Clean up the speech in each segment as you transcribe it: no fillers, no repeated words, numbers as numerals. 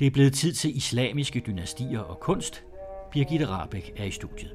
Det er blevet tid til islamiske dynastier og kunst. Birgitte Rahbek er i studiet.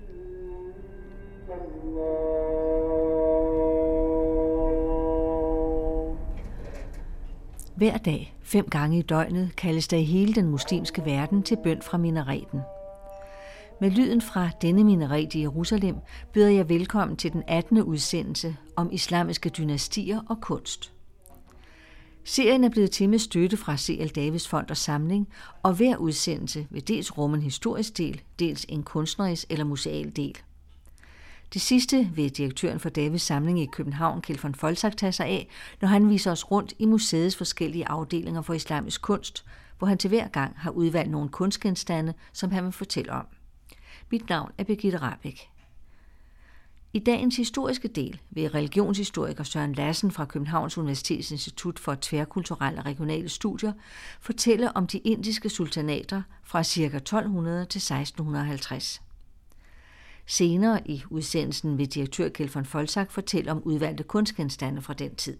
Hver dag, 5 gange i døgnet, kaldes der i hele den muslimske verden til bøn fra minareten. Med lyden fra denne minaret i Jerusalem byder jeg velkommen til den 18. udsendelse om islamiske dynastier og kunst. Serien er blevet til med støtte fra C.L. Davids Fond og Samling, og hver udsendelse vil dels rumme en historisk del, dels en kunstnerisk eller museal del. Det sidste vil direktøren for Davids Samling i København, Kjeld von Foltzak, tage sig af, når han viser os rundt i museets forskellige afdelinger for islamisk kunst, hvor han til hver gang har udvalgt nogle kunstgenstande, som han vil fortælle om. Mit navn er Birgitte Rahbek. I dagens historiske del vil religionshistoriker Søren Lassen fra Københavns Universitets Institut for Tværkulturelle og Regionale Studier fortælle om de indiske sultanater fra ca. 1200 til 1650. Senere i udsendelsen vil direktør Kjeld von Foltzak fortælle om udvalgte kunstgenstande fra den tid.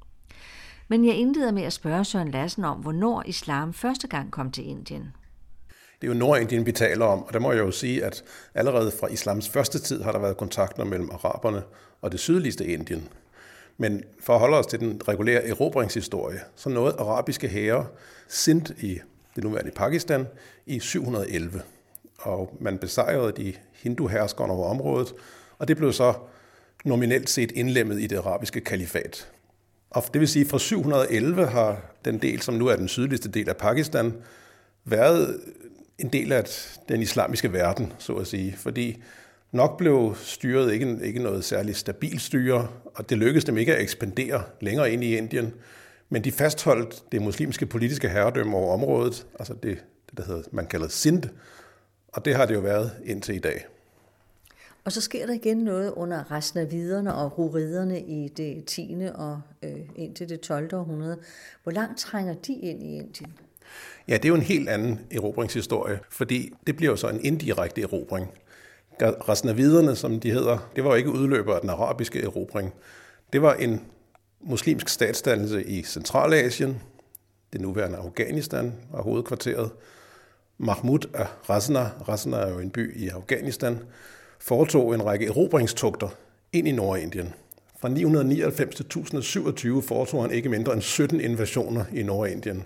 Men jeg indleder med at spørge Søren Lassen om, hvornår islam første gang kom til Indien. Det er jo Nordindien, vi taler om, og der må jeg jo sige, at allerede fra islams første tid har der været kontakter mellem araberne og det sydligste Indien. Men for at holde os til den regulære erobringshistorie, så nåede arabiske hære Sindh i det nuværende Pakistan i 711. Og man besejrede de hindu-herskerne over området, og det blev så nominelt set indlemmet i det arabiske kalifat. Og det vil sige, at fra 711 har den del, som nu er den sydligste del af Pakistan, været en del af den islamiske verden, så at sige. Fordi nok blev styret ikke noget særligt stabilt styre, og det lykkedes dem ikke at ekspandere længere ind i Indien, men de fastholdt det muslimske politiske herredømme over området, altså det der hedder, man kalder Sindh, og det har det jo været indtil i dag. Og så sker der igen noget under Ghaznaviderne og Ghuriderne i det 10. og indtil det 12. århundrede. Hvor langt trænger de ind i Indien? Ja, det er jo en helt anden erobringshistorie, fordi det bliver jo så en indirekte erobring. Ghaznaviderne, som de hedder, det var jo ikke udløber af den arabiske erobring. Det var en muslimsk statsdannelse i Centralasien. Det nuværende Afghanistan var hovedkvarteret. Mahmud af Ghazna er jo en by i Afghanistan, foretog en række erobringstogter ind i Nordindien. Fra 999 til 1027 foretog han ikke mindre end 17 invasioner i Nordindien.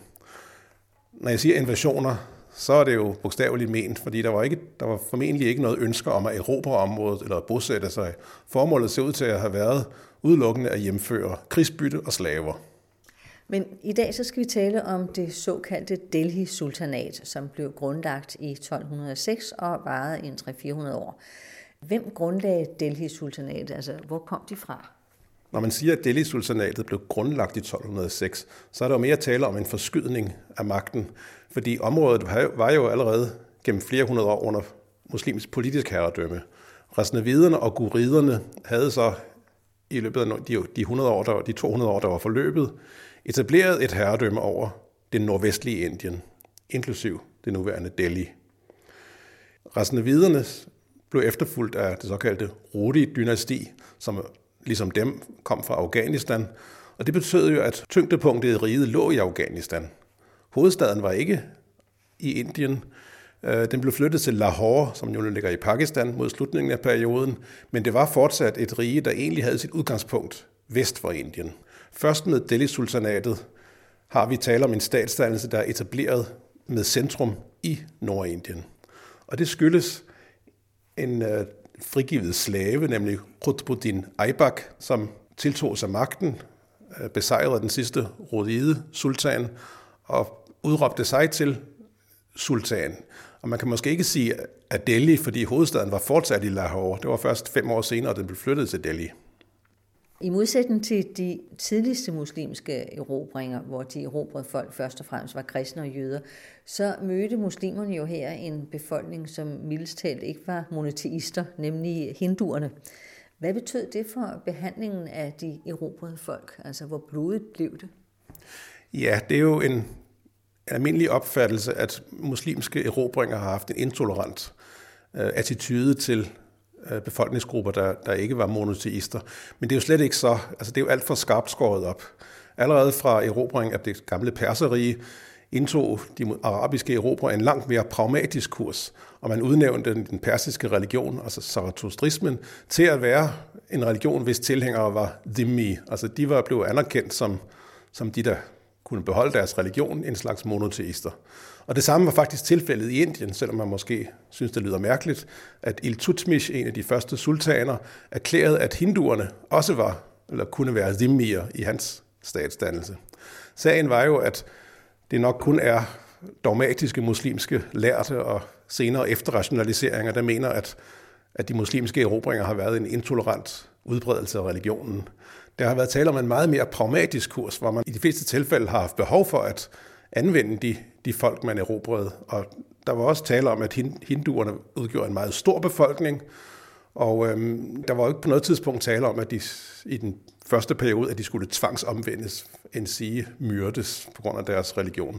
Når jeg siger invasioner, så er det jo bogstaveligt ment, fordi der var formentlig ikke noget ønsker om at erobre området eller at bosætte sig. Formålet ser ud til at have været udelukkende at hjemføre krigsbytte og slaver. Men i dag så skal vi tale om det såkaldte Delhi-sultanat, som blev grundlagt i 1206 og varede i 300-400 år. Hvem grundlagde Delhi-sultanatet? Altså, hvor kom de fra? Når man siger, at Delhi-sultanatet blev grundlagt i 1206, så er der jo mere tale om en forskydning af magten, fordi området var jo allerede gennem flere hundrede år under muslimsk politisk herredømme. Ghaznaviderne og Ghuriderne havde så i løbet af de 200 år, der var forløbet, etableret et herredømme over det nordvestlige Indien, inklusiv det nuværende Delhi. Ghaznaviderne blev efterfulgt af det såkaldte Rodi-dynasti, som ligesom dem kom fra Afghanistan, og det betød jo, at tyngdepunktet i riget lå i Afghanistan. Hovedstaden var ikke i Indien. Den blev flyttet til Lahore, som jo ligger i Pakistan, mod slutningen af perioden, men det var fortsat et rige, der egentlig havde sit udgangspunkt vest for Indien. Først med Delhi-sultanatet har vi tale om en statsdannelse, der er etableret med centrum i Nordindien. Og det skyldes en frigivet slave, nemlig Qutbuddin Aibak, som tiltog sig magten, besejrede den sidste Rodide-sultan og udråbte sig til sultan. Og man kan måske ikke sige at Delhi, fordi hovedstaden var fortsat i Lahore. Det var først 5 år senere, at den blev flyttet til Delhi. I modsætning til de tidligste muslimske erobringer, hvor de erobrede folk først og fremmest var kristne og jøder, så mødte muslimerne jo her en befolkning, som mildest talt ikke var monoteister, nemlig hinduerne. Hvad betød det for behandlingen af de erobrede folk? Altså, hvor blodigt blev det? Ja, det er jo en almindelig opfattelse, at muslimske erobringer har haft en intolerant attitude til befolkningsgrupper, der ikke var monoteister. Men det er jo slet ikke så, altså det er jo alt for skarpt skåret op. Allerede fra erobringen af det gamle Perserrige indtog de arabiske erobrere en langt mere pragmatisk kurs, og man udnævnte den persiske religion, altså zarathustrismen, til at være en religion, hvis tilhængere var dhimmi. Altså de var blevet anerkendt som de, der kunne beholde deres religion, en slags monoteister. Og det samme var faktisk tilfældet i Indien, selvom man måske synes, det lyder mærkeligt, at Iltutmish, en af de første sultaner, erklærede, at hinduerne også var, eller kunne være dhimmier i hans statsdannelse. Sagen var jo, at det nok kun er dogmatiske muslimske lærte og senere efterrationaliseringer, der mener, at de muslimske erobringer har været en intolerant udbredelse af religionen. Der har været tale om en meget mere pragmatisk kurs, hvor man i de fleste tilfælde har haft behov for at anvende de folk, man erobrede. Og der var også tale om, at hinduerne udgjorde en meget stor befolkning, og der var jo ikke på noget tidspunkt tale om, at de i den første periode, at de skulle tvangsomvendes, end sige myrdes på grund af deres religion.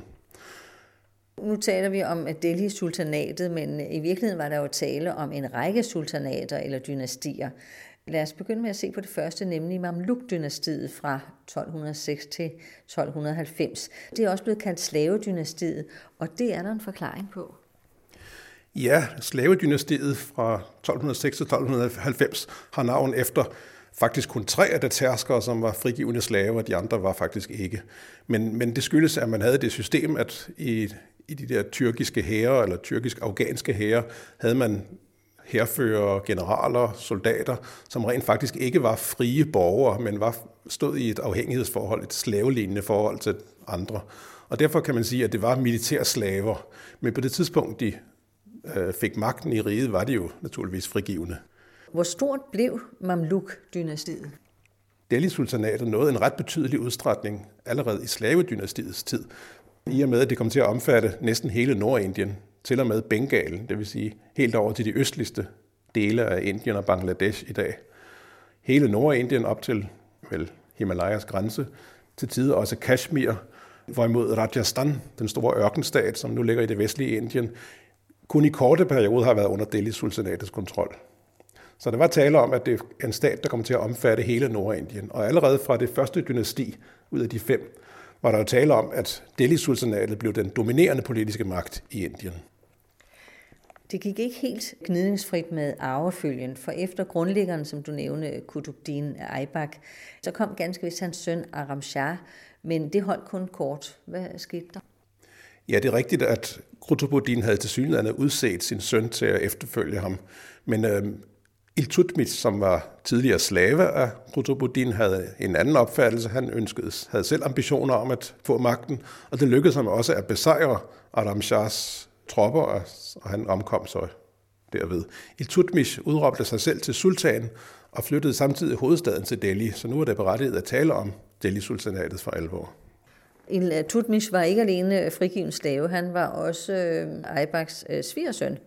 Nu taler vi om Delhi-sultanatet, men i virkeligheden var der jo tale om en række sultanater eller dynastier. Lad os begynde med at se på det første, nemlig Mamluk-dynastiet fra 1206 til 1290. Det er også blevet kaldt slavedynastiet, og det er der en forklaring på. Ja, slavedynastiet fra 1206 til 1290 har navn efter faktisk kun 3 af dets herskere, som var frigivne slaver, og de andre var faktisk ikke. Men det skyldes, at man havde det system, at i de der tyrkiske hære, eller tyrkisk-afghanske hære, havde man hærførere, generaler, soldater, som rent faktisk ikke var frie borgere, men stod i et afhængighedsforhold, et slavelignende forhold til andre. Og derfor kan man sige, at det var militærslaver. Men på det tidspunkt, de fik magten i riget, var de jo naturligvis frigivne. Hvor stort blev Mamluk-dynastiet? Delhi-sultanatet nåede en ret betydelig udstrækning allerede i slavedynastiets tid, i og med, at det kom til at omfatte næsten hele Nordindien, til og med Bengalen, det vil sige helt over til de østligste dele af Indien og Bangladesh i dag. Hele Nordindien op til Himalayas grænse, til tider også Kashmir, hvorimod Rajasthan, den store ørkenstat, som nu ligger i det vestlige Indien, kun i korte perioder har været under Delhi-sultanatets kontrol. Så der var tale om, at det er en stat, der kom til at omfatte hele Nordindien. Og allerede fra det første dynasti ud af de 5, var der jo tale om, at Delhi-sultanatet blev den dominerende politiske magt i Indien. Det gik ikke helt gnidningsfrit med arvefølgen, for efter grundlæggeren, som du nævnte, Qutbuddin Aibak, så kom ganske vist hans søn Aram Shah, men det holdt kun kort. Hvad skete der? Ja, det er rigtigt, at Qutbuddin havde tilsyneladende udset sin søn til at efterfølge ham, men Iltutmish, som var tidligere slave af Qutbuddin, havde en anden opfattelse. Han havde selv ambitioner om at få magten, og det lykkedes ham også at besejre Aram Shahs tropper, og han omkom så derved. Iltutmish udråbte sig selv til sultan og flyttede samtidig hovedstaden til Delhi, så nu er det berettiget at tale om Delhi-sultanatet for alvor. Iltutmish var ikke alene frigiven slave, han var også Aibaks svigersøn.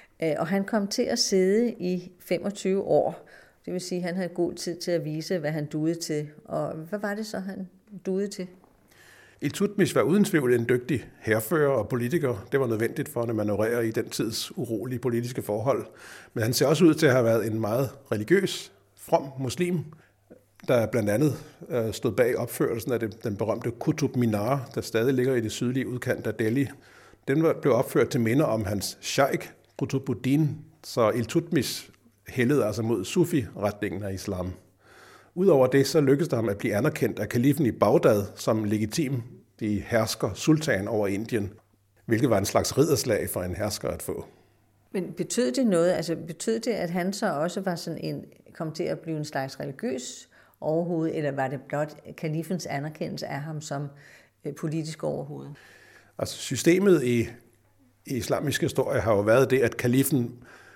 Og han kom til at sidde i 25 år. Det vil sige, at han havde god tid til at vise, hvad han duede til. Og hvad var det så, han duede til? Iltutmish var uden tvivl en dygtig hærfører og politiker. Det var nødvendigt for at manøvrere i den tids urolige politiske forhold. Men han ser også ud til at have været en meget religiøs, from muslim, der blandt andet stod bag opførelsen af den berømte Qutub Minar, der stadig ligger i det sydlige udkant af Delhi. Den blev opført til minde om hans sheikh, Qutbuddin, så Iltutmish hældede altså mod Sufi-retningen af islam. Udover det, så lykkedes det ham at blive anerkendt af kalifen i Bagdad som legitim hersker, sultan over Indien, hvilket var en slags ridderslag for en hersker at få. Men betød det noget? Altså betød det, at han så også var kom til at blive en slags religiøs overhoved, eller var det blot kalifens anerkendelse af ham som politisk overhoved? Altså systemet i islamisk historie har jo været det, at kalifen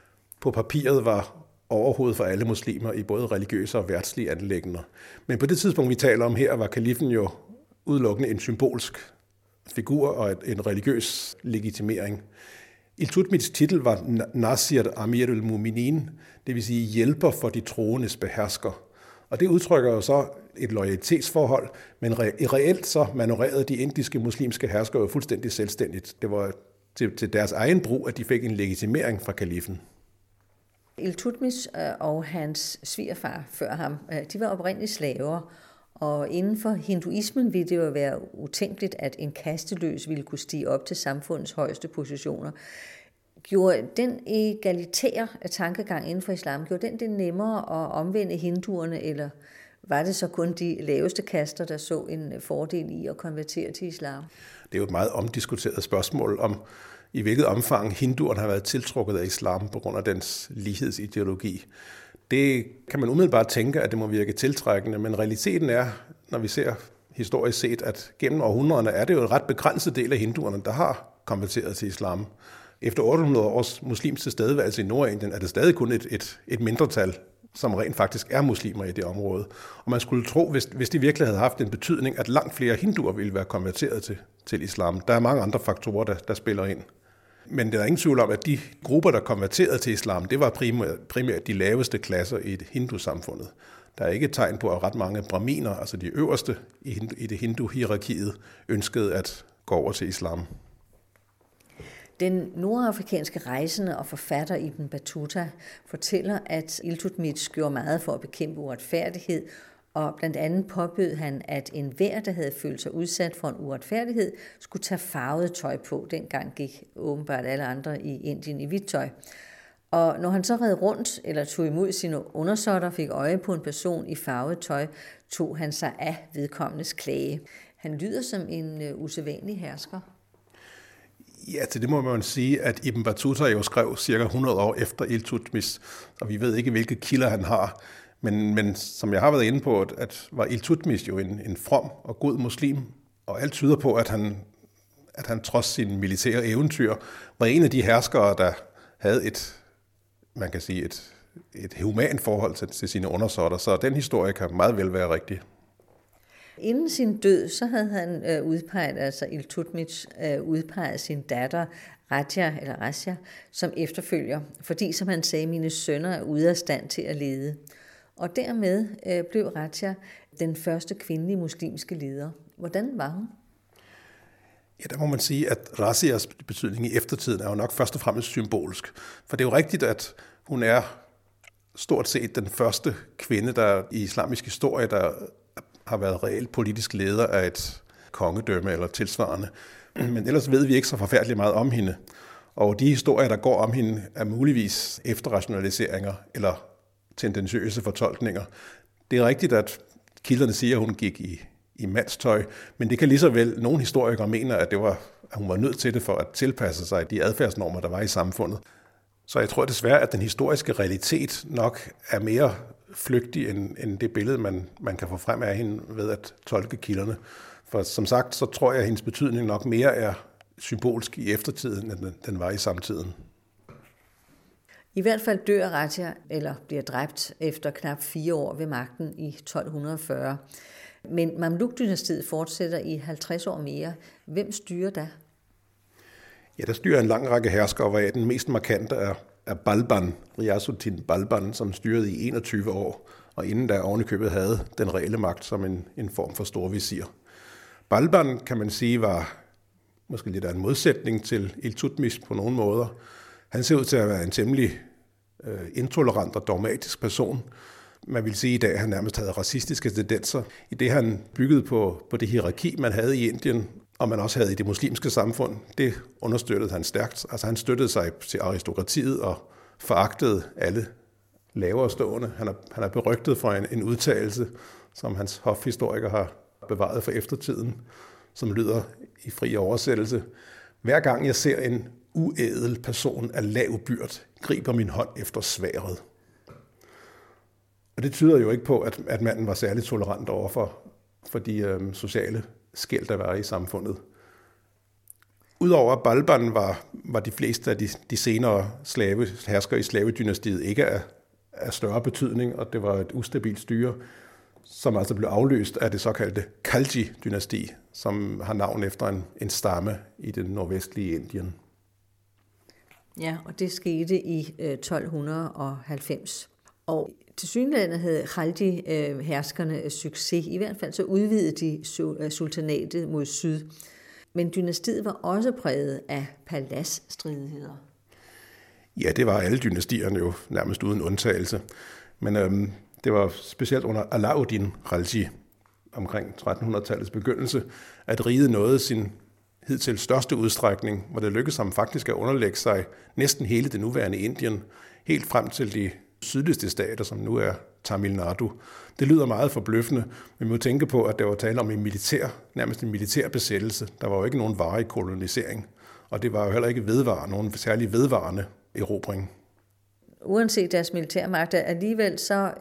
på papiret var overhovedet for alle muslimer i både religiøse og verdslige anliggender. Men på det tidspunkt, vi taler om her, var kalifen jo udelukkende en symbolsk figur og en religiøs legitimering. Iltutmishs titel var Nasir Amirul Mu'minin, det vil sige hjælper for de troendes behersker. Og det udtrykker jo så et loyalitetsforhold, men reelt så manøvrerede de indiske muslimske herskere jo fuldstændig selvstændigt. Det var til deres egen brug, at de fik en legitimering fra kalifen. Iltutmish og hans svigerfar før ham, de var oprindeligt slaver, Og inden for hinduismen ville det jo være utænkeligt, at en kasteløs ville kunne stige op til samfundets højeste positioner. Gjorde den egalitære tankegang inden for islam, gjorde den det nemmere at omvende hinduerne, eller var det så kun de laveste kaster, der så en fordel i at konvertere til islam? Det er jo et meget omdiskuteret spørgsmål om, i hvilket omfang hinduerne har været tiltrukket af islam på grund af dens lighedsideologi. Det kan man umiddelbart tænke, at det må virke tiltrækkende, men realiteten er, når vi ser historisk set, at gennem århundrederne er det jo en ret begrænset del af hinduerne, der har konverteret til islam. Efter 800 års muslimsk tilstedeværelse i Nordindien er det stadig kun et mindretal, som rent faktisk er muslimer i det område. Og man skulle tro, hvis de virkelig havde haft en betydning, at langt flere hinduer ville være konverteret til islam. Der er mange andre faktorer, der spiller ind. Men der er ingen tvivl om, at de grupper, der konverterede til islam, det var primært de laveste klasser i hindusamfundet. Der er ikke et tegn på, at ret mange brahminer, altså de øverste i det hindu-hierarkiet, ønskede at gå over til islam. Den nordafrikanske rejsende og forfatter Ibn Battuta fortæller, at Iltutmish gjorde meget for at bekæmpe uretfærdighed, og blandt andet påbød han, at enhver, der havde følt sig udsat for en uretfærdighed, skulle tage farvet tøj på. Dengang gik åbenbart alle andre i Indien i hvidt tøj. Og når han så red rundt eller tog imod sine undersåtter, fik øje på en person i farvet tøj, tog han sig af vedkommendes klage. Han lyder som en usædvanlig hersker. Ja, til det må man sige, at Ibn Battuta jo skrev cirka 100 år efter Iltutmish, og vi ved ikke, hvilke kilder han har. Men som jeg har været inde på, at var Iltutmish jo en from og god muslim, og alt tyder på, at han trods sin militære eventyr var en af de herskere, der havde et humant forhold til sine undersåtter. Så den historie kan meget vel være rigtig. Inden sin død, så havde han Iltutmish udpeget sin datter Raja, som efterfølger, fordi, som han sagde, mine sønner er ude af stand til at lede. Og dermed blev Raja den første kvindelige muslimske leder. Hvordan var hun? Ja, der må man sige, at Razias betydning i eftertiden er jo nok først og fremmest symbolsk. For det er jo rigtigt, at hun er stort set den første kvinde, der i islamisk historie, der har været reelt politisk leder af et kongedømme eller tilsvarende. Men ellers ved vi ikke så forfærdeligt meget om hende. Og de historier, der går om hende, er muligvis efterrationaliseringer eller tendentiøse fortolkninger. Det er rigtigt, at kilderne siger, at hun gik i mandstøj, men det kan lige så vel nogle historikere mener, at hun var nødt til det for at tilpasse sig de adfærdsnormer, der var i samfundet. Så jeg tror desværre, at den historiske realitet nok er mere flygtig end det billede, man kan få frem af hende ved at tolke kilderne. For som sagt, så tror jeg, at hendes betydning nok mere er symbolsk i eftertiden, end den var i samtiden. I hvert fald dør Raja, eller bliver dræbt efter knap 4 år ved magten i 1240. Men Mamluk-dynastiet fortsætter i 50 år mere. Hvem styrer da? Ja, der styrer en lang række herskere, hvor den mest markante er Balban, Ghiyasuddin Balban, som styrede i 21 år, og inden da ovenikøbet havde den reelle magt som en form for storvisir. Balban, kan man sige, var måske lidt af en modsætning til Iltutmish på nogle måder. Han ser ud til at være en temmelig intolerant og dogmatisk person. Man vil sige i dag, at han nærmest havde racistiske tendenser, i det han byggede på det hierarki, man havde i Indien, og man også havde i det muslimske samfund. Det understøttede han stærkt. Altså han støttede sig til aristokratiet og foragtede alle lavere stående. Han er berygtet for en udtalelse, som hans hofhistoriker har bevaret for eftertiden, som lyder i fri oversættelse: hver gang jeg ser en uædel person af lav byrd, griber min hånd efter sværdet. Og det tyder jo ikke på, at manden var særlig tolerant over for de sociale skel, der var i samfundet. Udover Balban var de fleste af de senere herskere i slavedynastiet ikke af større betydning, og det var et ustabilt styre, som altså blev afløst af det såkaldte Khalji-dynasti, som har navn efter en stamme i det nordvestlige Indien. Ja, og det skete i 1290. Og tilsyneladende havde Khalji-herskerne succes. I hvert fald så udvidede de sultanatet mod syd. Men dynastiet var også præget af paladsstridigheder. Ja, det var alle dynastierne jo nærmest uden undtagelse. Men det var specielt under Alauddin Khalji, omkring 1300-tallets begyndelse, at riget nåede sin hidtil største udstrækning, hvor det lykkedes ham faktisk at underlægge sig næsten hele det nuværende Indien, helt frem til de sydligste stater, som nu er Tamil Nadu. Det lyder meget forbløffende, men vi må tænke på, at der var tale om nærmest en militær besættelse. Der var jo ikke nogen varig kolonisering, og det var jo heller ikke nogen særlig vedvarende erobring. Uanset deres militærmagt, alligevel så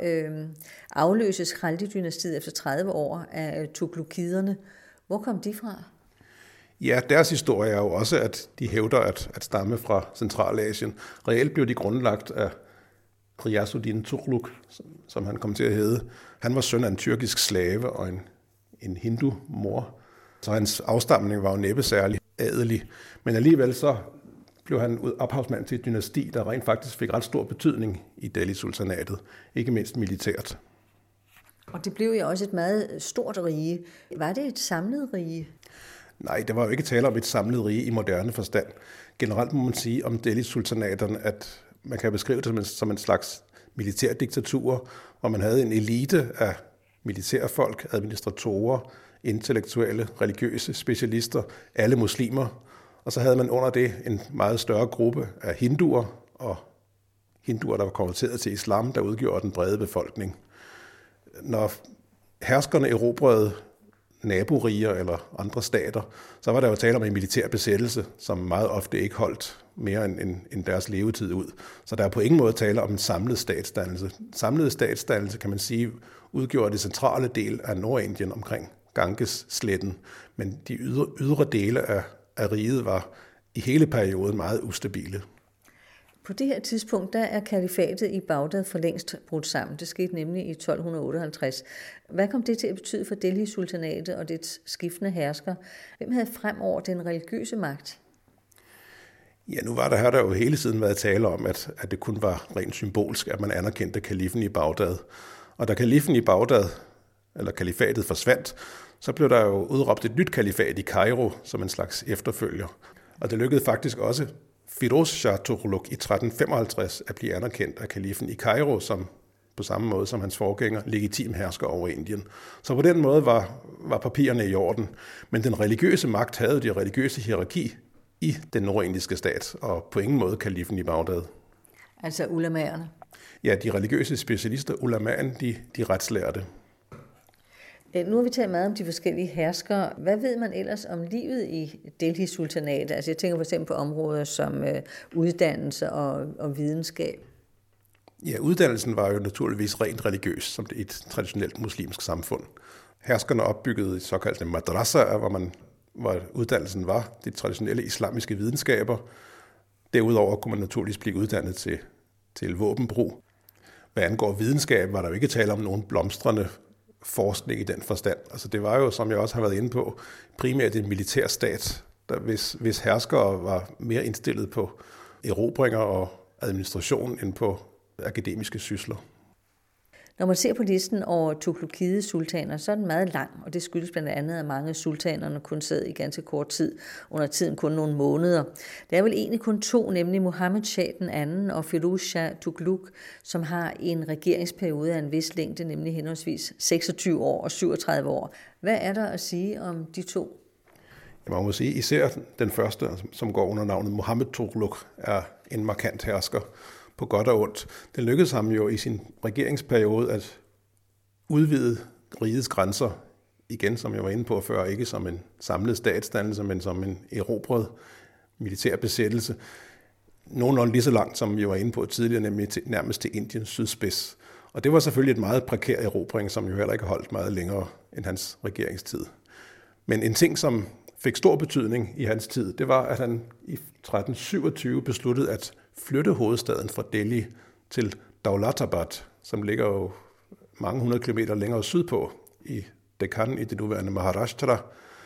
afløses Khaldi-dynastiet efter 30 år af Tughluqiderne. Hvor kom de fra? Ja, deres historie er jo også, at de hævder at stamme fra Centralasien. Reelt blev de grundlagt af Ghiyasuddin Tughlaq, som han kom til at hedde. Han var søn af en tyrkisk slave og en hindu mor, så hans afstamning var jo næppe særlig adelig. Men alligevel så blev han ophavsmand til et dynasti, der rent faktisk fik ret stor betydning i Delhi-sultanatet, ikke mindst militært. Og det blev jo også et meget stort rige. Var det et samlet rige? Nej, det var jo ikke tale om et samlet rige i moderne forstand. Generelt må man sige om Delhi-sultanaterne, at man kan beskrive det som en slags militærdiktatur, hvor man havde en elite af militærfolk, administratorer, intellektuelle, religiøse specialister, alle muslimer. Og så havde man under det en meget større gruppe af hinduer, og hinduer, der var konverteret til islam, der udgjorde den brede befolkning. Når herskerne erobrede naboriger eller andre stater, så var der jo tale om en militær besættelse, som meget ofte ikke holdt mere end deres levetid ud. Så der er på ingen måde tale om en samlet statsdannelse. Samlet statsdannelse, kan man sige, udgjorde det centrale del af Nordindien omkring Ganges-sletten, men de ydre dele af riget var i hele perioden meget ustabile. På det her tidspunkt, der er kalifatet i Bagdad for længst brudt sammen. Det skete nemlig i 1258. Hvad kom det til at betyde for Delhi-sultanatet og dets skiftende hersker? Hvem havde fremover den religiøse magt? Ja, nu var der jo hele tiden været tale om, at det kun var rent symbolsk, at man anerkendte kalifen i Bagdad. Og da kalifen i Bagdad, eller kalifatet, forsvandt, så blev der jo udråbt et nyt kalifat i Kairo som en slags efterfølger. Og det lykkedes faktisk også Firoz Shah Tughlaq i 1355 at blive anerkendt af kalifen i Kairo som på samme måde som hans forgænger legitim hersker over Indien. Så på den måde var papirerne i orden. Men den religiøse magt havde jo det religiøse hierarki i den nordindiske stat, og på ingen måde kalifen i Bagdad. Altså ulamaerne? Ja, de religiøse specialister, ulamaen, de retslærte. Nu har vi talt meget om de forskellige herskere. Hvad ved man ellers om livet i Delhi-sultanatet? Altså jeg tænker for eksempel på områder som uddannelse og videnskab. Ja, uddannelsen var jo naturligvis rent religiøs, som det er et traditionelt muslimsk samfund. Herskerne opbyggede såkaldte madrasser, hvor uddannelsen var de traditionelle islamiske videnskaber. Derudover kunne man naturligvis blive uddannet til våbenbrug. Hvad angår videnskab, var der jo ikke tale om nogen blomstrende forskning i den forstand. Altså det var jo, som jeg også har været inde på, primært en militær stat, hvis herskere var mere indstillet på erobringer og administration end på akademiske sysler. Når man ser på listen over Tughlaqide-sultaner, så er den meget lang, og det skyldes blandt andet, at mange af sultanerne kun sad i ganske kort tid, under tiden kun nogle måneder. Der er vel egentlig kun to, nemlig Muhammad Shah den anden og Firoz Shah Tughlaq, som har en regeringsperiode af en vis længde, nemlig henholdsvis 26 år og 37 år. Hvad er der at sige om de to? Man må sige, især den første, som går under navnet Muhammad Tughlaq, er en markant hersker. På godt og ondt. Det lykkedes ham jo i sin regeringsperiode at udvide rigets grænser, igen som jeg var inde på før, ikke som en samlet statsdannelse, men som en erobret militær besættelse. Nogenlunde lige så langt, som vi var inde på tidligere, nemlig nærmest til Indiens sydspids. Og det var selvfølgelig et meget prekær erobring, som jo heller ikke holdt meget længere end hans regeringstid. Men en ting, som fik stor betydning i hans tid, det var, at han i 1327 besluttede at flytte hovedstaden fra Delhi til Daulatabad, som ligger jo mange 100 kilometer længere sydpå i Deccan i det nuværende Maharashtra,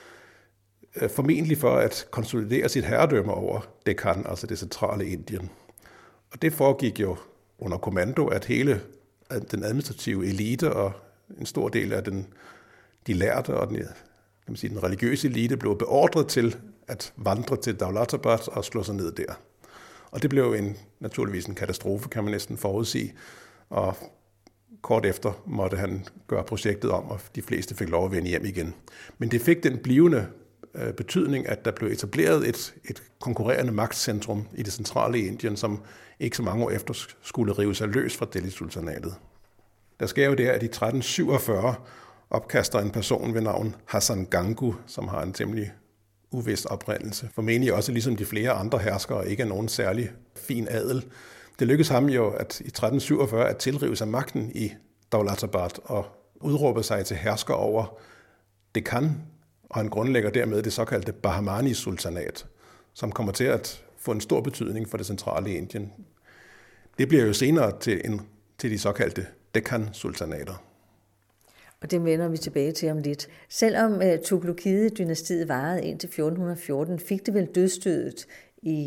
formentlig for at konsolidere sit herredømme over Deccan, altså det centrale Indien. Og det foregik jo under kommando, at hele den administrative elite og en stor del af de lærte og den religiøse elite blev beordret til at vandre til Daulatabad og slå sig ned der. Og det blev naturligvis en katastrofe, kan man næsten forudsige. Og kort efter måtte han gøre projektet om, og de fleste fik lov at vende hjem igen. Men det fik den blivende betydning, at der blev etableret et konkurrerende magtcentrum i det centrale Indien, som ikke så mange år efter skulle rive sig løs fra Delhi-sultanatet. Der sker jo det, at i 1347 opkaster en person ved navn Hassan Gangu, som har en temmelig uvis oprindelse, formentlig også ligesom de flere andre herskere ikke er nogen særlig fin adel. Det lykkedes ham jo at i 1347 at tilrive sig magten i Daulatabad og udråbe sig til hersker over Deccan, og han grundlægger dermed det såkaldte Bahmani-sultanat, som kommer til at få en stor betydning for det centrale Indien. Det bliver jo senere til de såkaldte Deccan-sultanater. Og det vender vi tilbage til om lidt. Selvom Tughlukide-dynastiet varede indtil 1414, fik det vel dødsstødet i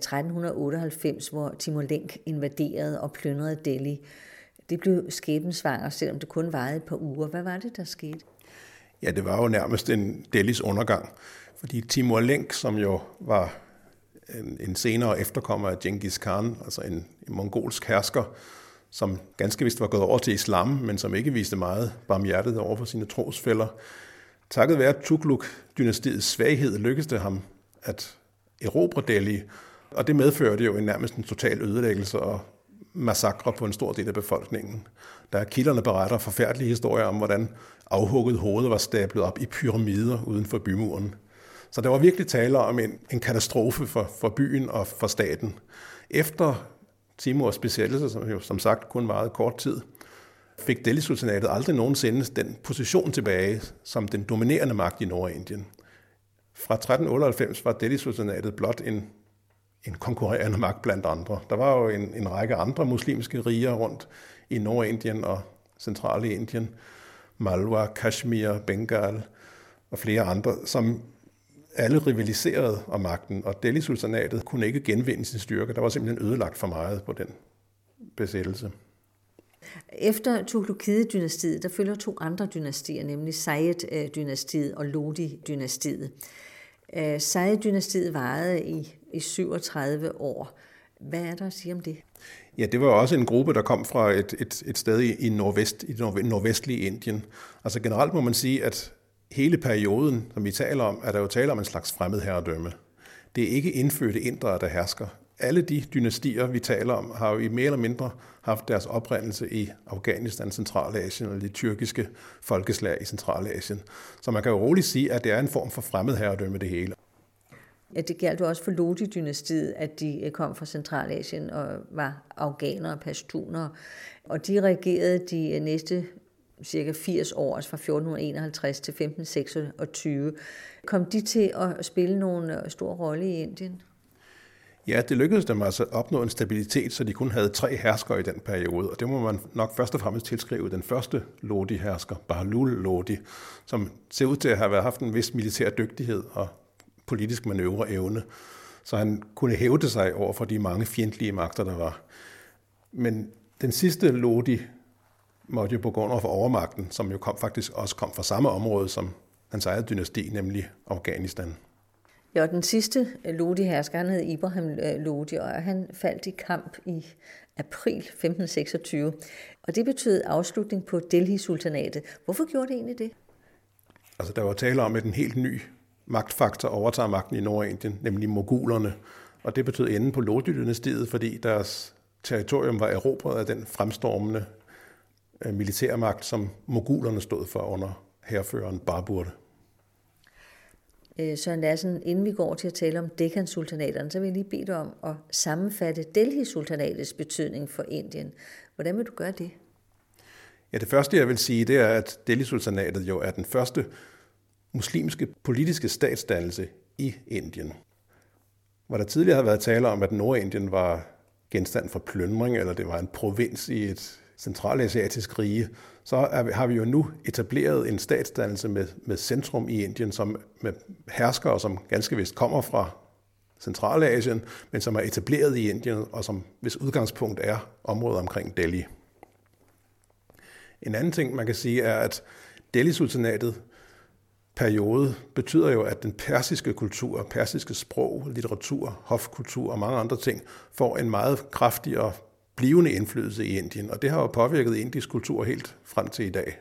1398, hvor Timur Lenk invaderede og plyndrede Delhi. Det blev skæbnesvanger, selvom det kun varede et par uger. Hvad var det, der skete? Ja, det var jo nærmest en Delhis undergang, fordi Timur Lenk, som jo var en senere efterkommer af Genghis Khan, altså en mongolsk hersker, som ganske vist var gået over til islam, men som ikke viste meget barmhjertighed over for sine trosfæller. Takket være Tughluk-dynastiets svaghed lykkedes det ham at erobre Delhi, og det medførte jo nærmest en total ødelæggelse og massakre på en stor del af befolkningen. Der er kilderne beretter forfærdelige historier om, hvordan afhugget hoveder var stablet op i pyramider uden for bymuren. Så der var virkelig tale om en katastrofe for byen og for staten. Efter Timurs besættelse, som jo som sagt kun varede kort tid, fik Delhi-sultanatet aldrig nogensinde den position tilbage som den dominerende magt i Nordindien. Fra 1398 var Delhi-sultanatet blot en konkurrerende magt blandt andre. Der var jo en række andre muslimske riger rundt i Nordindien og centrale Indien, Malwa, Kashmir, Bengal og flere andre, som alle rivaliserede om magten, og Delhi-sultanatet kunne ikke genvinde sin styrke. Der var simpelthen ødelagt for meget på den besættelse. Efter Tughlukide-dynastiet, der følger 2 andre dynastier, nemlig Sayyid-dynastiet og Lodi-dynastiet. Sayyid-dynastiet varede i 37 år. Hvad er der at sige om det? Ja, det var også en gruppe, der kom fra et sted i nordvestlige Indien. Altså generelt må man sige, at hele perioden, som vi taler om, er der jo tale om en slags fremmedherredømme. Det er ikke indfødte indere, der hersker. Alle de dynastier, vi taler om, har jo i mere eller mindre haft deres oprindelse i Afghanistan, Centralasien og de tyrkiske folkeslag i Centralasien. Så man kan jo roligt sige, at det er en form for fremmedherredømme, det hele. Ja, det galt jo også for Lodi-dynastiet, at de kom fra Centralasien og var afghanere og pashtuner. Og de regerede de næste cirka 80 år, altså fra 1451 til 1526. Kom de til at spille nogen stor rolle i Indien? Ja, det lykkedes dem altså at opnå en stabilitet, så de kun havde 3 herskere i den periode, og det må man nok først og fremmest tilskrive den første Lodi-hersker, Bahlul Lodi, som ser ud til at have haft en vis militær dygtighed og politisk manøvreevne, så han kunne hævde sig over for de mange fjendtlige magter, der var. Men den sidste Lodi måtte jo på grund af overmagten, som jo faktisk også kom fra samme område som hans eget dynasti, nemlig Afghanistan. Ja, og den sidste Lodi-hersker, han hed Ibrahim Lodi, og han faldt i kamp i april 1526. Og det betød afslutning på Delhi-sultanatet. Hvorfor gjorde det egentlig det? Altså, der var tale om, at en helt ny magtfaktor overtager magten i Nordindien, nemlig mogulerne. Og det betød enden på Lodi-dynastiet, fordi deres territorium var erobret af den fremstormende militærmagt, som mogulerne stod for under hærføreren Babur. Søren Lassen, inden vi går til at tale om Deccan-sultanaterne, så vil jeg lige bede dig om at sammenfatte Delhi-sultanatets betydning for Indien. Hvordan vil du gøre det? Ja, det første, jeg vil sige, det er, at Delhi-sultanatet jo er den første muslimske politiske statsdannelse i Indien. Hvor der tidligere havde været tale om, at Nordindien var genstand for plyndring, eller det var en provins i et centralasiatisk rige, så har vi jo nu etableret en statsdannelse med centrum i Indien, som med herskere, som ganske vist kommer fra Centralasien, men som er etableret i Indien, og som hvis udgangspunkt er området omkring Delhi. En anden ting, man kan sige, er, at Delhi-sultanatet periode betyder jo, at den persiske kultur, persiske sprog, litteratur, hofkultur og mange andre ting får en meget kraftigere blivende indflydelse i Indien, og det har jo påvirket indisk kultur helt frem til i dag.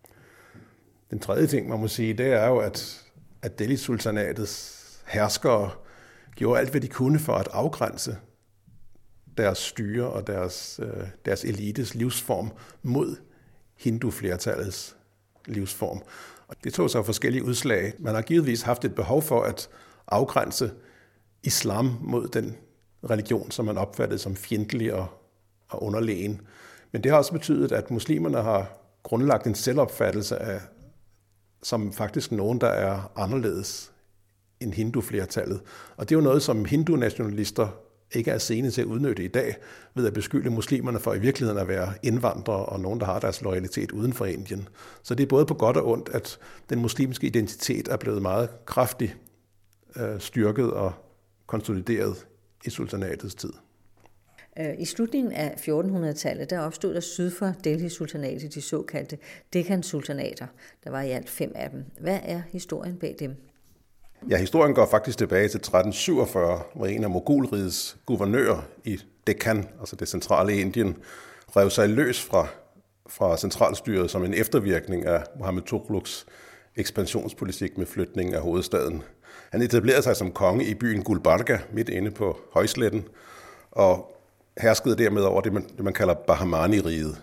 Den tredje ting, man må sige, det er jo, at Delhi-sultanatets herskere gjorde alt, hvad de kunne for at afgrænse deres styre og deres elites livsform mod hindu-flertallets livsform. Og det tog sig forskellige udslag. Man har givetvis haft et behov for at afgrænse islam mod den religion, som man opfattede som fjendtlig og underlegen. Men det har også betydet, at muslimerne har grundlagt en selvopfattelse af, som faktisk nogen, der er anderledes end hindu-flertallet. Og det er jo noget, som hindu-nationalister ikke er sene til at udnytte i dag, ved at beskylde muslimerne for i virkeligheden at være indvandrere og nogen, der har deres loyalitet uden for Indien. Så det er både på godt og ondt, at den muslimske identitet er blevet meget kraftigt styrket og konsolideret i sultanatets tid. I slutningen af 1400-tallet, der opstod der syd for Delhi-sultanatet de såkaldte Deccan-sultanater. Der var i alt 5 af dem. Hvad er historien bag dem? Ja, historien går faktisk tilbage til 1347, hvor en af Mogulrigets guvernører i Deccan, altså det centrale Indien, rev sig løs fra centralstyret som en eftervirkning af Muhammad Tughluks ekspansionspolitik med flytningen af hovedstaden. Han etablerede sig som konge i byen Gulbarga, midt inde på højsletten, og herskede dermed over det, man kalder Bahmani-riget.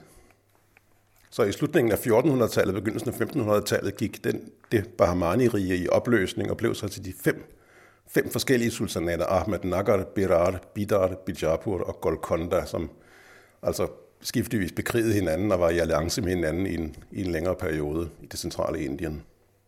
Så i slutningen af 1400-tallet, begyndelsen af 1500-tallet, gik det Bahmani-rige i opløsning og blev så til de fem forskellige sultanater, Ahmednagar, Berar, Bidar, Bijapur og Golconda, som altså skiftevis bekrigede hinanden og var i alliance med hinanden i en længere periode i det centrale Indien.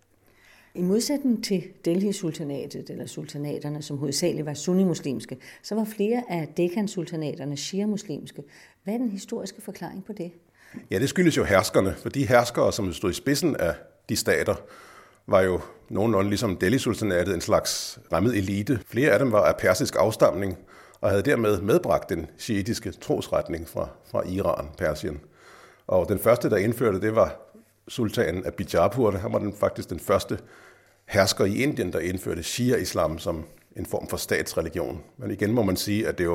I modsætning til Delhi-sultanatet, eller sultanaterne, som hovedsageligt var sunni-muslimske, så var flere af Deccan-sultanaterne shia-muslimske. Hvad er den historiske forklaring på det? Ja, det skyldes jo herskerne, for de herskere, som stod i spidsen af de stater, var jo nogenlunde ligesom Delhi-sultanatet en slags fremmed elite. Flere af dem var af persisk afstamning og havde dermed medbragt den shiitiske trosretning fra Iran, Persien. Og den første, der indførte det, var sultanen af Bijapur. Han var faktisk den første hersker i Indien, der indførte shia-islam som en form for statsreligion. Men igen må man sige, at det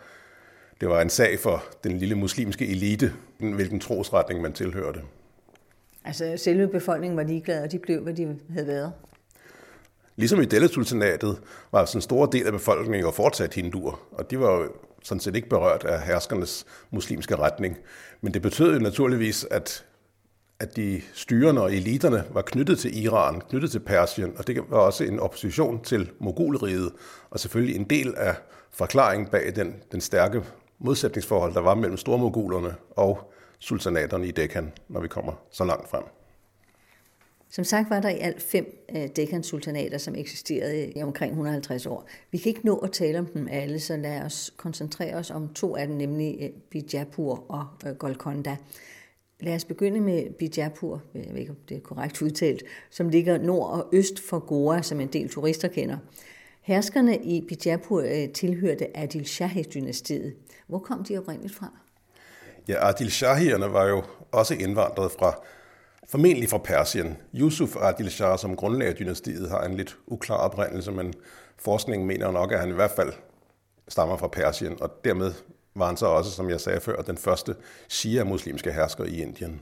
var en sag for den lille muslimske elite, hvilken trosretning man tilhørte. Altså selve befolkningen var ligeglade, og de blev, hvad de havde været? Ligesom i Delhi-sultanatet var sådan en stor del af befolkningen jo fortsat hinduer, og de var jo sådan set ikke berørt af herskernes muslimske retning. Men det betød jo naturligvis, at de styrende og eliterne var knyttet til Iran, knyttet til Persien, og det var også en opposition til Mogulriget, og selvfølgelig en del af forklaringen bag den stærke modsætningsforhold, der var mellem stormogulerne og sultanaterne i Deccan, når vi kommer så langt frem. Som sagt var der i alt 5 Deccan-sultanater, som eksisterede i omkring 150 år. Vi kan ikke nå at tale om dem alle, så lad os koncentrere os om 2 af dem, nemlig Bijapur og Golconda. Lad os begynde med Bijapur, jeg ved ikke, om det er korrekt udtalt, som ligger nord og øst for Goa, som en del turister kender. Herskerne i Bijapur tilhørte Adil Shahi-dynastiet. Hvor kom de oprindeligt fra? Ja, Adil Shahierne var jo også indvandret formentlig fra Persien. Yusuf Adil Shah, som grundlagde dynastiet, har en lidt uklar oprindelse, men forskningen mener nok, at han i hvert fald stammer fra Persien, og dermed var han så også, som jeg sagde før, den første shia-muslimske hersker i Indien.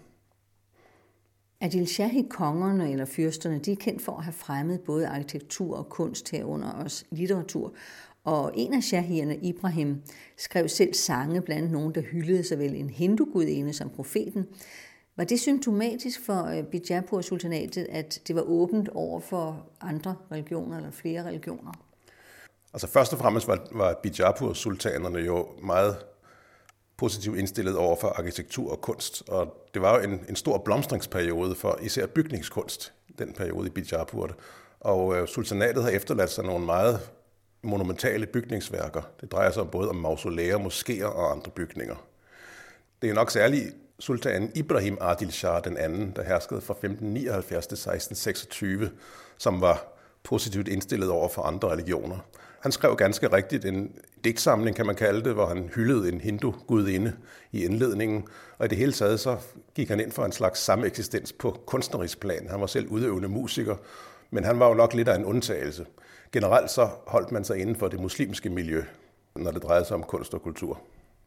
Adil Shahi-kongerne eller fyrsterne, de er kendt for at have fremmet både arkitektur og kunst herunder også litteratur. Og en af shahierne, Ibrahim, skrev selv sange blandt nogen, der hyldede såvel en hindu-gudinde som profeten. Var det symptomatisk for Bijapur-sultanatet, at det var åbent over for andre religioner eller flere religioner? Altså først og fremmest var Bijapur-sultanerne jo meget positivt indstillet over for arkitektur og kunst, og det var jo en stor blomstringsperiode for især bygningskunst, den periode i Bijapur. Og sultanatet har efterladt sig nogle meget monumentale bygningsværker. Det drejer sig både om mausolæer, moskéer og andre bygninger. Det er nok særligt sultanen Ibrahim Adil Shah den anden, der herskede fra 1579 til 1626, som var positivt indstillet over for andre religioner. Han skrev ganske rigtigt en digtsamling, kan man kalde det, hvor han hyldede en hindu-gudinde i indledningen, og i det hele taget så gik han ind for en slags sameksistens på kunstnerisk plan. Han var selv udøvende musiker, men han var jo nok lidt af en undtagelse. Generelt så holdt man sig inden for det muslimske miljø, når det drejede sig om kunst og kultur.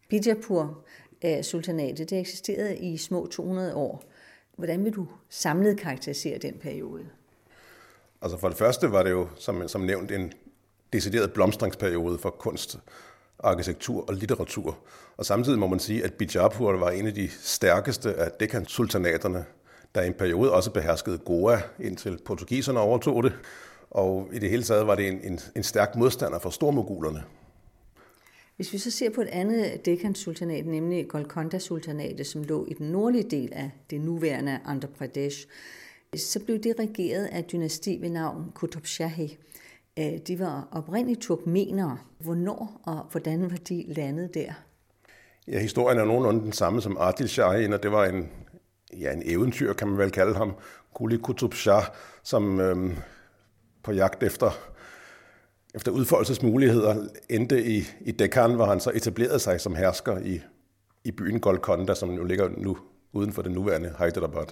Bijapur-sultanatet, det eksisterede i små 200 år. Hvordan vil du samlet karakterisere den periode? Altså for det første var det jo, som nævnt, en decideret blomstringsperiode for kunst, arkitektur og litteratur. Og samtidig må man sige, at Bijapur var en af de stærkeste af Deccan-sultanaterne, der i en periode også beherskede Goa, indtil portugiserne overtog det. Og i det hele taget var det en stærk modstander for stormogulerne. Hvis vi så ser på et andet Deccan-sultanat, nemlig Golconda-sultanatet, som lå i den nordlige del af det nuværende Andhra Pradesh, så blev det regeret af et dynasti ved navn Qutb Shahi. De var oprindeligt turkmenere. Hvornår og hvordan var de landet der? Ja, historien er nogenlunde den samme som Adil Shahin, og det var en eventyr, kan man vel kalde ham, Quli Qutb Shah, som på jagt efter udfoldelsesmuligheder endte i Deccan, hvor han så etablerede sig som hersker i byen Golconda, som jo ligger nu uden for det nuværende Hyderabad.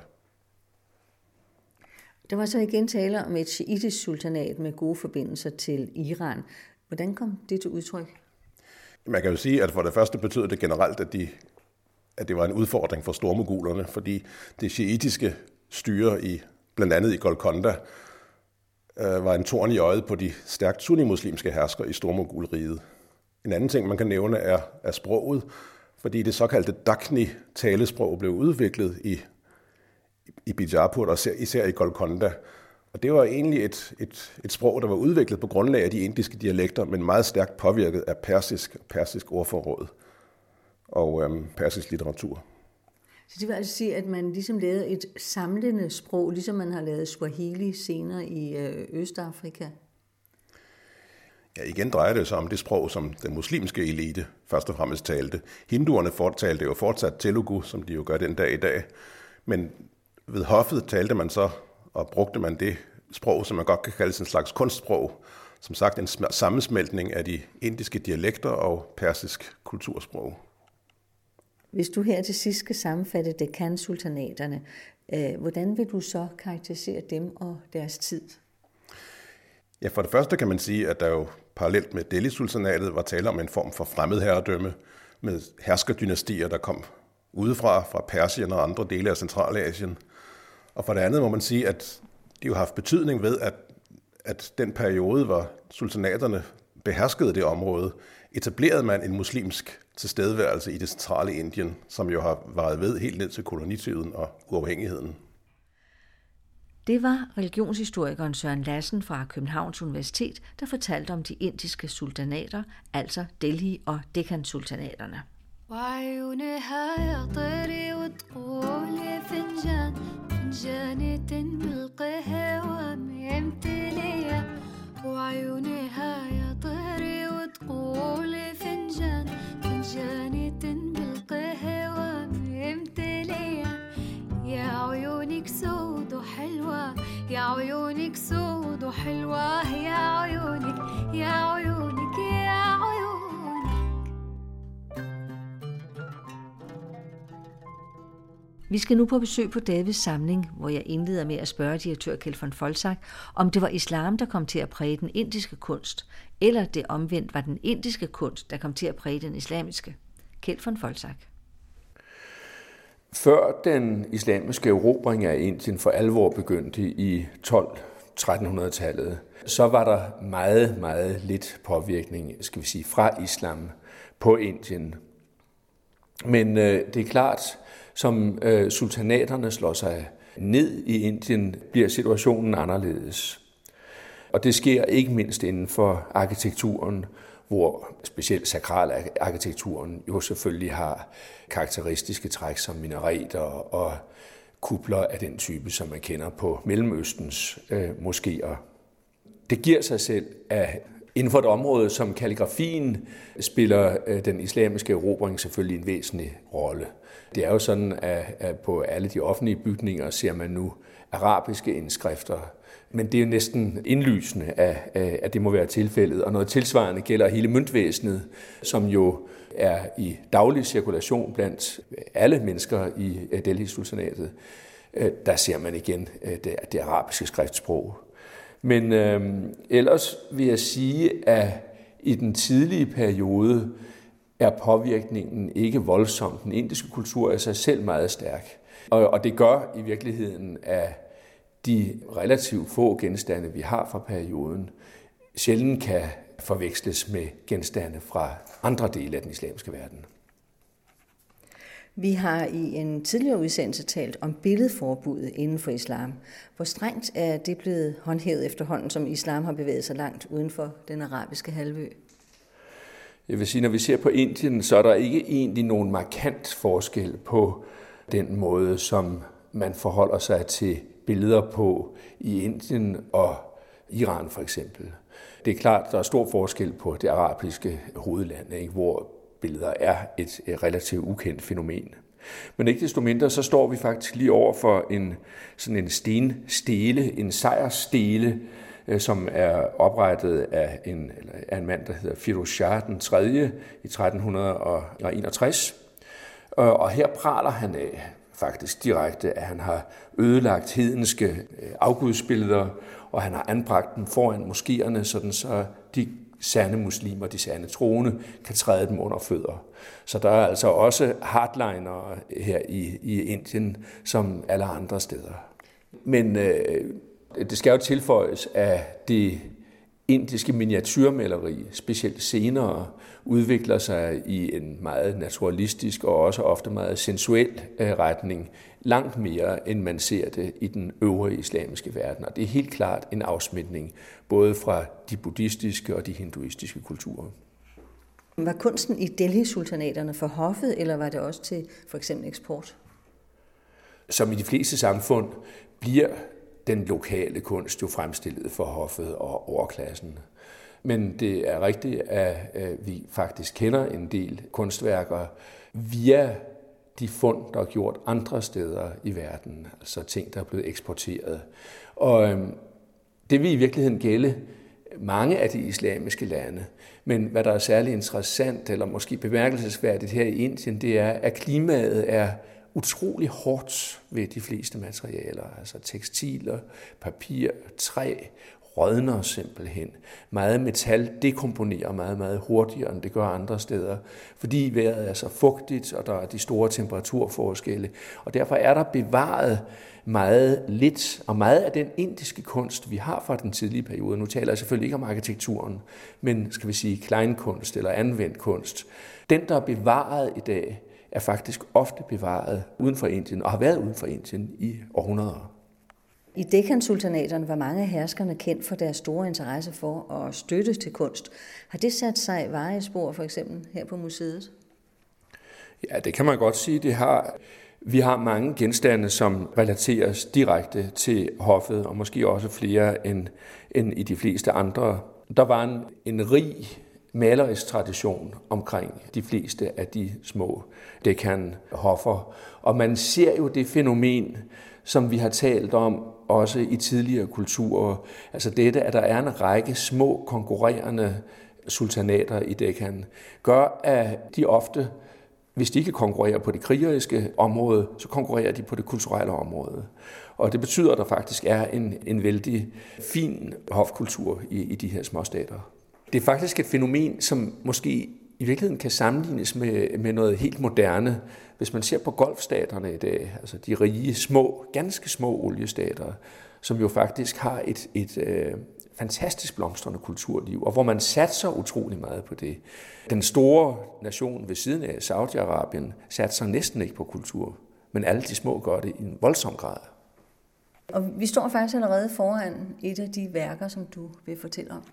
Der var så igen tale om et shiitisk sultanat med gode forbindelser til Iran. Hvordan kom det til udtryk? Man kan jo sige, at for det første betød det generelt, at det var en udfordring for stormogulerne, fordi det shiitiske styre blandt andet i Golconda var en torn i øjet på de stærkt sunni-muslimske herskere i Stormogulriget. En anden ting, man kan nævne, er sproget, fordi det såkaldte Dakhni-talesprog blev udviklet i Bijapur, og især i Golconda. Og det var egentlig et sprog, der var udviklet på grundlag af de indiske dialekter, men meget stærkt påvirket af persisk ordforråd og persisk litteratur. Så det vil altså sige, at man ligesom lavede et samlende sprog, ligesom man har lavet Swahili senere i Østafrika? Ja, igen drejer det sig om det sprog, som den muslimske elite først og fremmest talte. Hinduerne talte jo fortsat Telugu, som de jo gør den dag i dag. Men ved hoffet talte man så, og brugte man det sprog, som man godt kan kalde en slags kunstsprog. Som sagt en sammensmeltning af de indiske dialekter og persisk kultursprog. Hvis du her til sidst skal sammenfatte Deccan-sultanaterne, hvordan vil du så karakterisere dem og deres tid? Ja, for det første kan man sige, at der jo parallelt med Delhi-sultanatet var tale om en form for fremmedherredømme med herskerdynastier, der kom udefra, fra Persien og andre dele af Centralasien. Og for det andet må man sige, at de jo har haft betydning ved, at den periode, hvor sultanaterne beherskede det område, etablerede man en muslimsk tilstedeværelse i det centrale Indien, som jo har varet ved helt ned til kolonitiden og uafhængigheden. Det var religionshistorikeren Søren Lassen fra Københavns Universitet, der fortalte om de indiske sultanater, altså Delhi- og Deccan-sultanaterne. يا عيونك سود وحلوة يا عيونك يا عيونك يا عيونك. Vi skal nu på besøg på Davids samling, hvor jeg indleder med at spørge direktør Kjeld von Folsak, om det var islam, der kom til at præge den indiske kunst, eller det omvendt var den indiske kunst, der kom til at præge den islamiske. Kjeld von Folsak. Før den islamiske erobring af Indien for alvor begyndte i 1200-1300-tallet, så var der meget, meget lidt påvirkning, skal vi sige, fra islam på Indien. Men det er klart, som sultanaterne slår sig ned i Indien, bliver situationen anderledes. Og det sker ikke mindst inden for arkitekturen, hvor specielt sakralarkitekturen jo selvfølgelig har karakteristiske træk som minareter og kupler af den type, som man kender på Mellemøstens moskéer. Det giver sig selv, at inden for et område som kalligrafien spiller den islamiske erobring selvfølgelig en væsentlig rolle. Det er jo sådan, at på alle de offentlige bygninger ser man nu arabiske indskrifter, men det er jo næsten indlysende, at det må være tilfældet. Og noget tilsvarende gælder hele møntvæsenet, som jo er i daglig cirkulation blandt alle mennesker i Delhi-sultanatet. Der ser man igen det arabiske skriftsprog. Men ellers vil jeg sige, at i den tidlige periode er påvirkningen ikke voldsom. Den indiske kultur er sig selv meget stærk. Og det gør i virkeligheden, at de relativt få genstande, vi har fra perioden, sjældent kan forveksles med genstande fra andre dele af den islamiske verden. Vi har i en tidligere udsendelse talt om billedforbuddet inden for islam. Hvor strengt er det blevet håndhævet efterhånden, som islam har bevæget sig langt uden for den arabiske halvø? Jeg vil sige, når vi ser på Indien, så er der ikke egentlig nogen markant forskel på den måde, som man forholder sig til billeder på i Indien og Iran for eksempel. Det er klart, der er stor forskel på det arabiske hovedland, ikke, hvor billeder er et relativt ukendt fænomen. Men ikke desto mindre, så står vi faktisk lige over for sådan en stenstele, en sejrstele, som er oprettet af en mand, der hedder Firoz Shah den 3. i 1361. Og her praler han af faktisk direkte, at han har ødelagt hedenske afgudsbilleder, og han har anbragt dem foran moskéerne, sådan så de sande muslimer, de sande troende, kan træde dem under fødder. Så der er altså også hardlinere her i Indien, som alle andre steder. Men det skal jo tilføjes, at det indiske miniatyrmaleri, specielt senere, udvikler sig i en meget naturalistisk og også ofte meget sensuel retning, langt mere end man ser det i den øvrige islamiske verden. Og det er helt klart en afsmitning, både fra de buddhistiske og de hinduistiske kulturer. Var kunsten i Delhi-sultanaterne for hoffet, eller var det også til for eksempel eksport? Som i de fleste samfund bliver den lokale kunst jo fremstillet for hoffet og overklassen. Men det er rigtigt, at vi faktisk kender en del kunstværker via de fund, der er gjort andre steder i verden, altså ting, der er blevet eksporteret. Og det vil i virkeligheden gælde mange af de islamiske lande. Men hvad der er særlig interessant, eller måske bemærkelsesværdigt her i Indien, det er, at klimaet er utrolig hårdt ved de fleste materialer, altså tekstiler, papir, træ, rådner simpelthen. Meget metal dekomponerer meget, meget hurtigere, end det gør andre steder, fordi vejret er så fugtigt, og der er de store temperaturforskelle. Og derfor er der bevaret meget lidt, og meget af den indiske kunst, vi har fra den tidlige periode, nu taler jeg selvfølgelig ikke om arkitekturen, men skal vi sige kleinkunst eller anvendt kunst, den, der er bevaret i dag, er faktisk ofte bevaret uden for Indien, og har været uden for Indien i århundreder. I Dekkan-sultanaterne var mange af herskerne kendt for deres store interesse for at støtte til kunst. Har det sat sig varige spor, for eksempel her på museet? Ja, det kan man godt sige, det har. Vi har mange genstande, som relateres direkte til hoffet, og måske også flere end i de fleste andre. Der var en rig malerisk tradition omkring de fleste af de små Dekkan-hoffer. Og man ser jo det fænomen, som vi har talt om også i tidligere kulturer. Altså dette, at der er en række små konkurrerende sultanater i Dekkan, gør, at de ofte, hvis de ikke konkurrerer på det krigeriske område, så konkurrerer de på det kulturelle område. Og det betyder, at der faktisk er en vældig fin hofkultur i de her småstater. Det er faktisk et fænomen, som måske i virkeligheden kan sammenlignes med noget helt moderne. Hvis man ser på golfstaterne i dag, altså de rige, ganske små oliestater, som jo faktisk har et fantastisk blomstrende kulturliv, og hvor man satser utrolig meget på det. Den store nation ved siden af Saudi-Arabien satser næsten ikke på kultur, men alle de små gør det i en voldsom grad. Og vi står faktisk allerede foran et af de værker, som du vil fortælle om.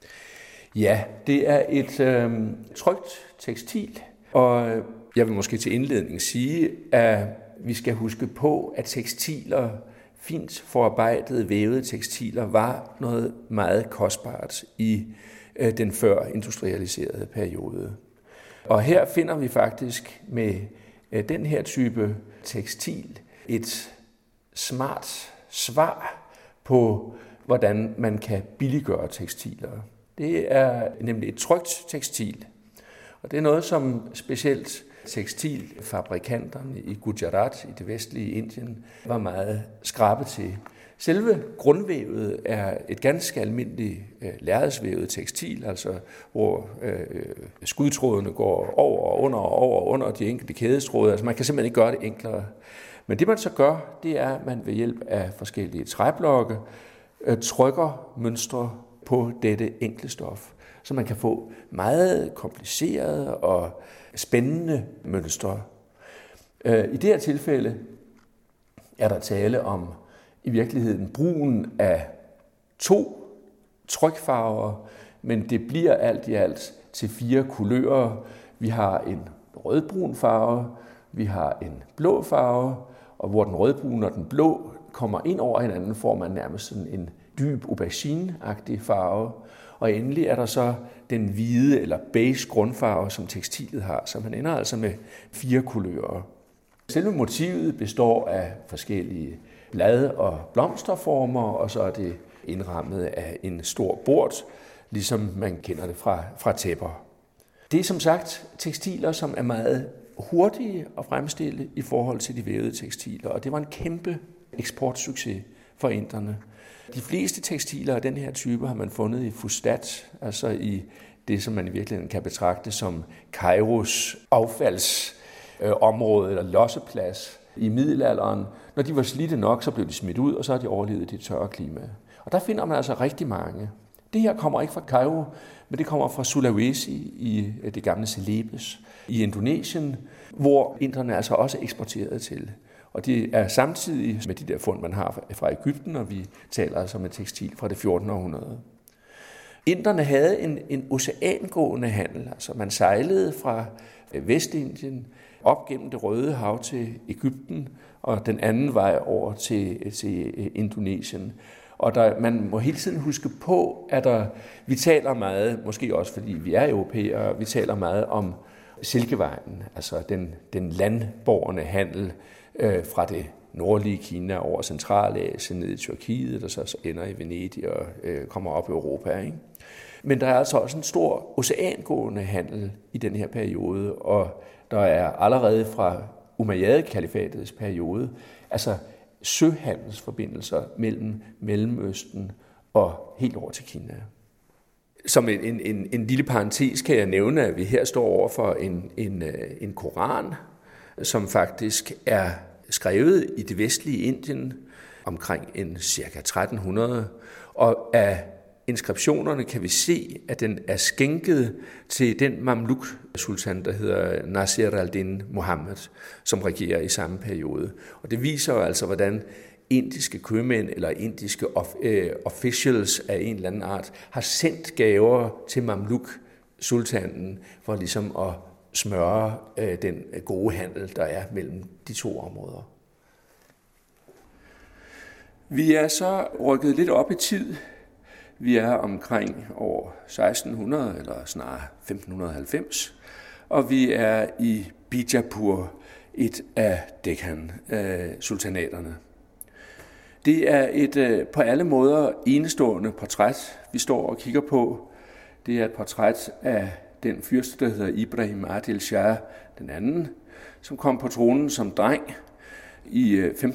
Ja, det er et trykt tekstil, og jeg vil måske til indledning sige, at vi skal huske på, at tekstiler, fint forarbejdede, vævede tekstiler, var noget meget kostbart i den før industrialiserede periode. Og her finder vi faktisk med den her type tekstil et smart svar på, hvordan man kan billiggøre tekstiler. Det er nemlig et trykt tekstil, og det er noget, som specielt tekstilfabrikanterne i Gujarat, i det vestlige Indien, var meget skrappe til. Selve grundvævet er et ganske almindeligt lærredsvævet tekstil, altså hvor skudtrådene går over og under og over og under de enkelte kædestråde. Altså man kan simpelthen ikke gøre det enklere. Men det man så gør, det er, at man ved hjælp af forskellige træblokke trykker mønstre på dette enkle stof, så man kan få meget komplicerede og spændende mønstre. I det her tilfælde er der tale om i virkeligheden brugen af 2 trykfarver, men det bliver alt i alt til 4 kulører. Vi har en rødbrun farve, vi har en blå farve, og hvor den rødbrune og den blå kommer ind over hinanden, får man nærmest sådan en dyb aubergine-agtig farve. Og endelig er der så den hvide eller beige grundfarve, som tekstilet har, så man ender altså med 4 kulører. Selve motivet består af forskellige blad- og blomsterformer, og så er det indrammet af en stor bort, ligesom man kender det fra tæpper. Det er som sagt tekstiler, som er meget hurtige at fremstille i forhold til de vævede tekstiler, og det var en kæmpe eksportsucces for inderne. De fleste tekstiler af den her type har man fundet i Fustat, altså i det, som man i virkeligheden kan betragte som Kairos affaldsområde eller losseplads i middelalderen. Når de var slidte nok, så blev de smidt ud, og så har de overlevet det tørre klima. Og der finder man altså rigtig mange. Det her kommer ikke fra Kairo, men det kommer fra Sulawesi i det gamle Celebes i Indonesien, hvor inderne altså også eksporterede til. Og det er samtidig med de der fund, man har fra Egypten, og vi taler altså om et tekstil fra det 14. århundrede. Inderne havde en oceangående handel, altså man sejlede fra Vestindien op gennem det Røde Hav til Egypten, og den anden vej over til Indonesien. Og man må hele tiden huske på, at vi taler meget, måske også fordi vi er europæere, vi taler meget om Silkevejen, altså den landbårne handel fra det nordlige Kina over Centralasien ned i Tyrkiet, der så ender i Venedig og kommer op i Europa. Ikke? Men der er altså også en stor oceangående handel i den her periode, og der er allerede fra Umayyad-kalifatets periode, altså søhandelsforbindelser mellem Mellemøsten og helt over til Kina. Som en lille parentes kan jeg nævne, at vi her står over for en koran, som faktisk er skrevet i det vestlige Indien omkring ca. 1300, og af inskriptionerne kan vi se, at den er skænket til den Mamluk-sultan, der hedder Nasir al-Din Muhammad, som regerer i samme periode. Og det viser jo altså, hvordan indiske købmænd eller indiske officials af en eller anden art har sendt gaver til Mamluk-sultanen for ligesom at smøre den gode handel, der er mellem de 2 områder. Vi er så rykket lidt op i tid. Vi er omkring år 1600, eller snarere 1590, og vi er i Bijapur, et af Deccan-sultanaterne. Det er et på alle måder enestående portræt, vi står og kigger på. Det er et portræt af den fyrste, der hedder Ibrahim Adil Shah den anden, som kom på tronen som dreng i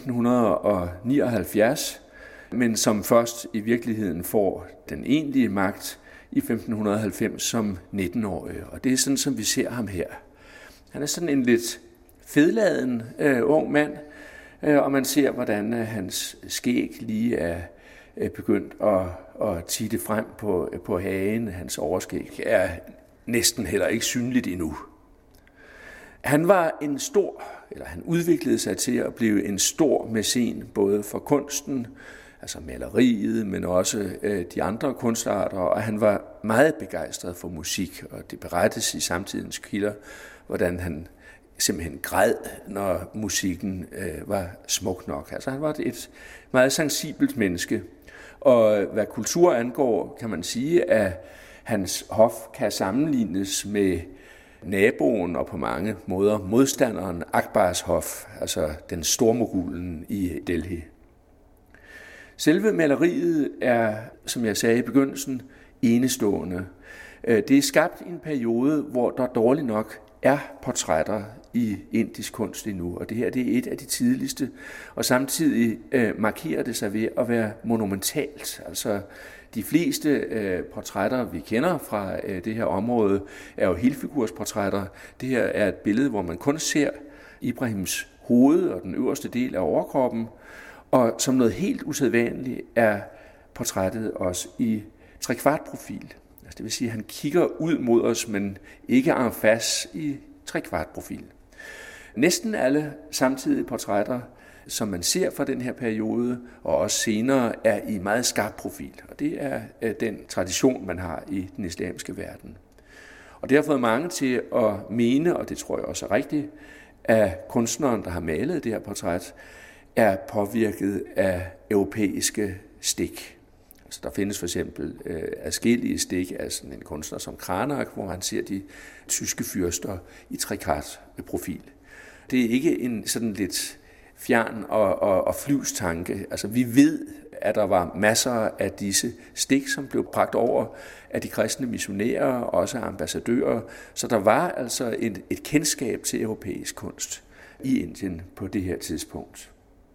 1579, men som først i virkeligheden får den egentlige magt i 1590 som 19-årig. Og det er sådan, som vi ser ham her. Han er sådan en lidt fedladen ung mand, og man ser, hvordan hans skæg lige er begyndt at titte frem på hagen. Hans overskæg er næsten heller ikke synligt endnu. Han var han udviklede sig til at blive en stor mæcen, både for kunsten, altså maleriet, men også de andre kunstarter, og han var meget begejstret for musik, og det berettes i samtidens kilder, hvordan han simpelthen græd, når musikken var smuk nok. Altså han var et meget sensibelt menneske, og hvad kultur angår, kan man sige, at hans hof kan sammenlignes med naboen og på mange måder modstanderen Akbars hof, altså den stormogulen i Delhi. Selve maleriet er, som jeg sagde i begyndelsen, enestående. Det er skabt i en periode, hvor der dårligt nok er portrætter i indisk kunst endnu, og det her det er et af de tidligste, og samtidig markerer det sig ved at være monumentalt. Altså de fleste portrætter, vi kender fra det her område, er jo helfigursportrætter. Det her er et billede, hvor man kun ser Ibrahims hoved og den øverste del af overkroppen, og som noget helt usædvanligt er portrættet også i trekvartprofil. Altså det vil sige, at han kigger ud mod os, men ikke en face i trekvartprofil. Næsten alle samtidige portrætter, som man ser fra den her periode, og også senere, er i meget skarp profil. Og det er den tradition, man har i den islamiske verden. Og det har fået mange til at mene, og det tror jeg også er rigtigt, at kunstneren, der har malet det her portræt, er påvirket af europæiske stik. Altså, der findes for eksempel adskillige stik af sådan en kunstner som Cranach, hvor han ser de tyske fyrster i trekvartprofil. Det er ikke en sådan lidt fjern og flyvstanke. Altså, vi ved, at der var masser af disse stik, som blev bragt over af de kristne missionærer og også ambassadører. Så der var altså et kendskab til europæisk kunst i Indien på det her tidspunkt.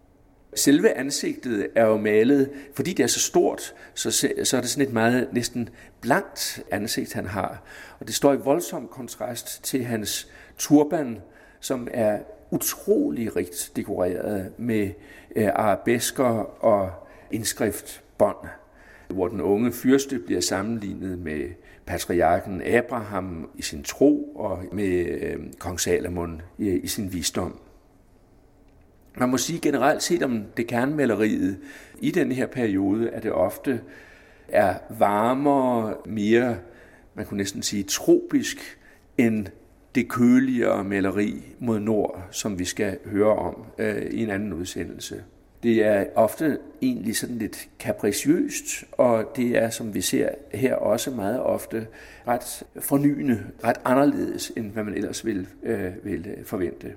Selve ansigtet er jo malet, fordi det er så stort, så er det sådan et meget næsten blankt ansigt, han har. Og det står i voldsom kontrast til hans turban, som er utrolig rigt dekoreret med arabesker og indskriftbånd, hvor den unge fyrste bliver sammenlignet med patriarken Abraham i sin tro og med kong Salomon i sin visdom. Man må sige generelt set om Deccan-maleriet i den her periode, at det ofte er varmere, mere, man kunne næsten sige tropisk, end det køligere maleri mod nord, som vi skal høre om i en anden udsendelse. Det er ofte egentlig sådan lidt capriciøst, og det er, som vi ser her, også meget ofte ret fornyende, ret anderledes, end hvad man ellers vil forvente.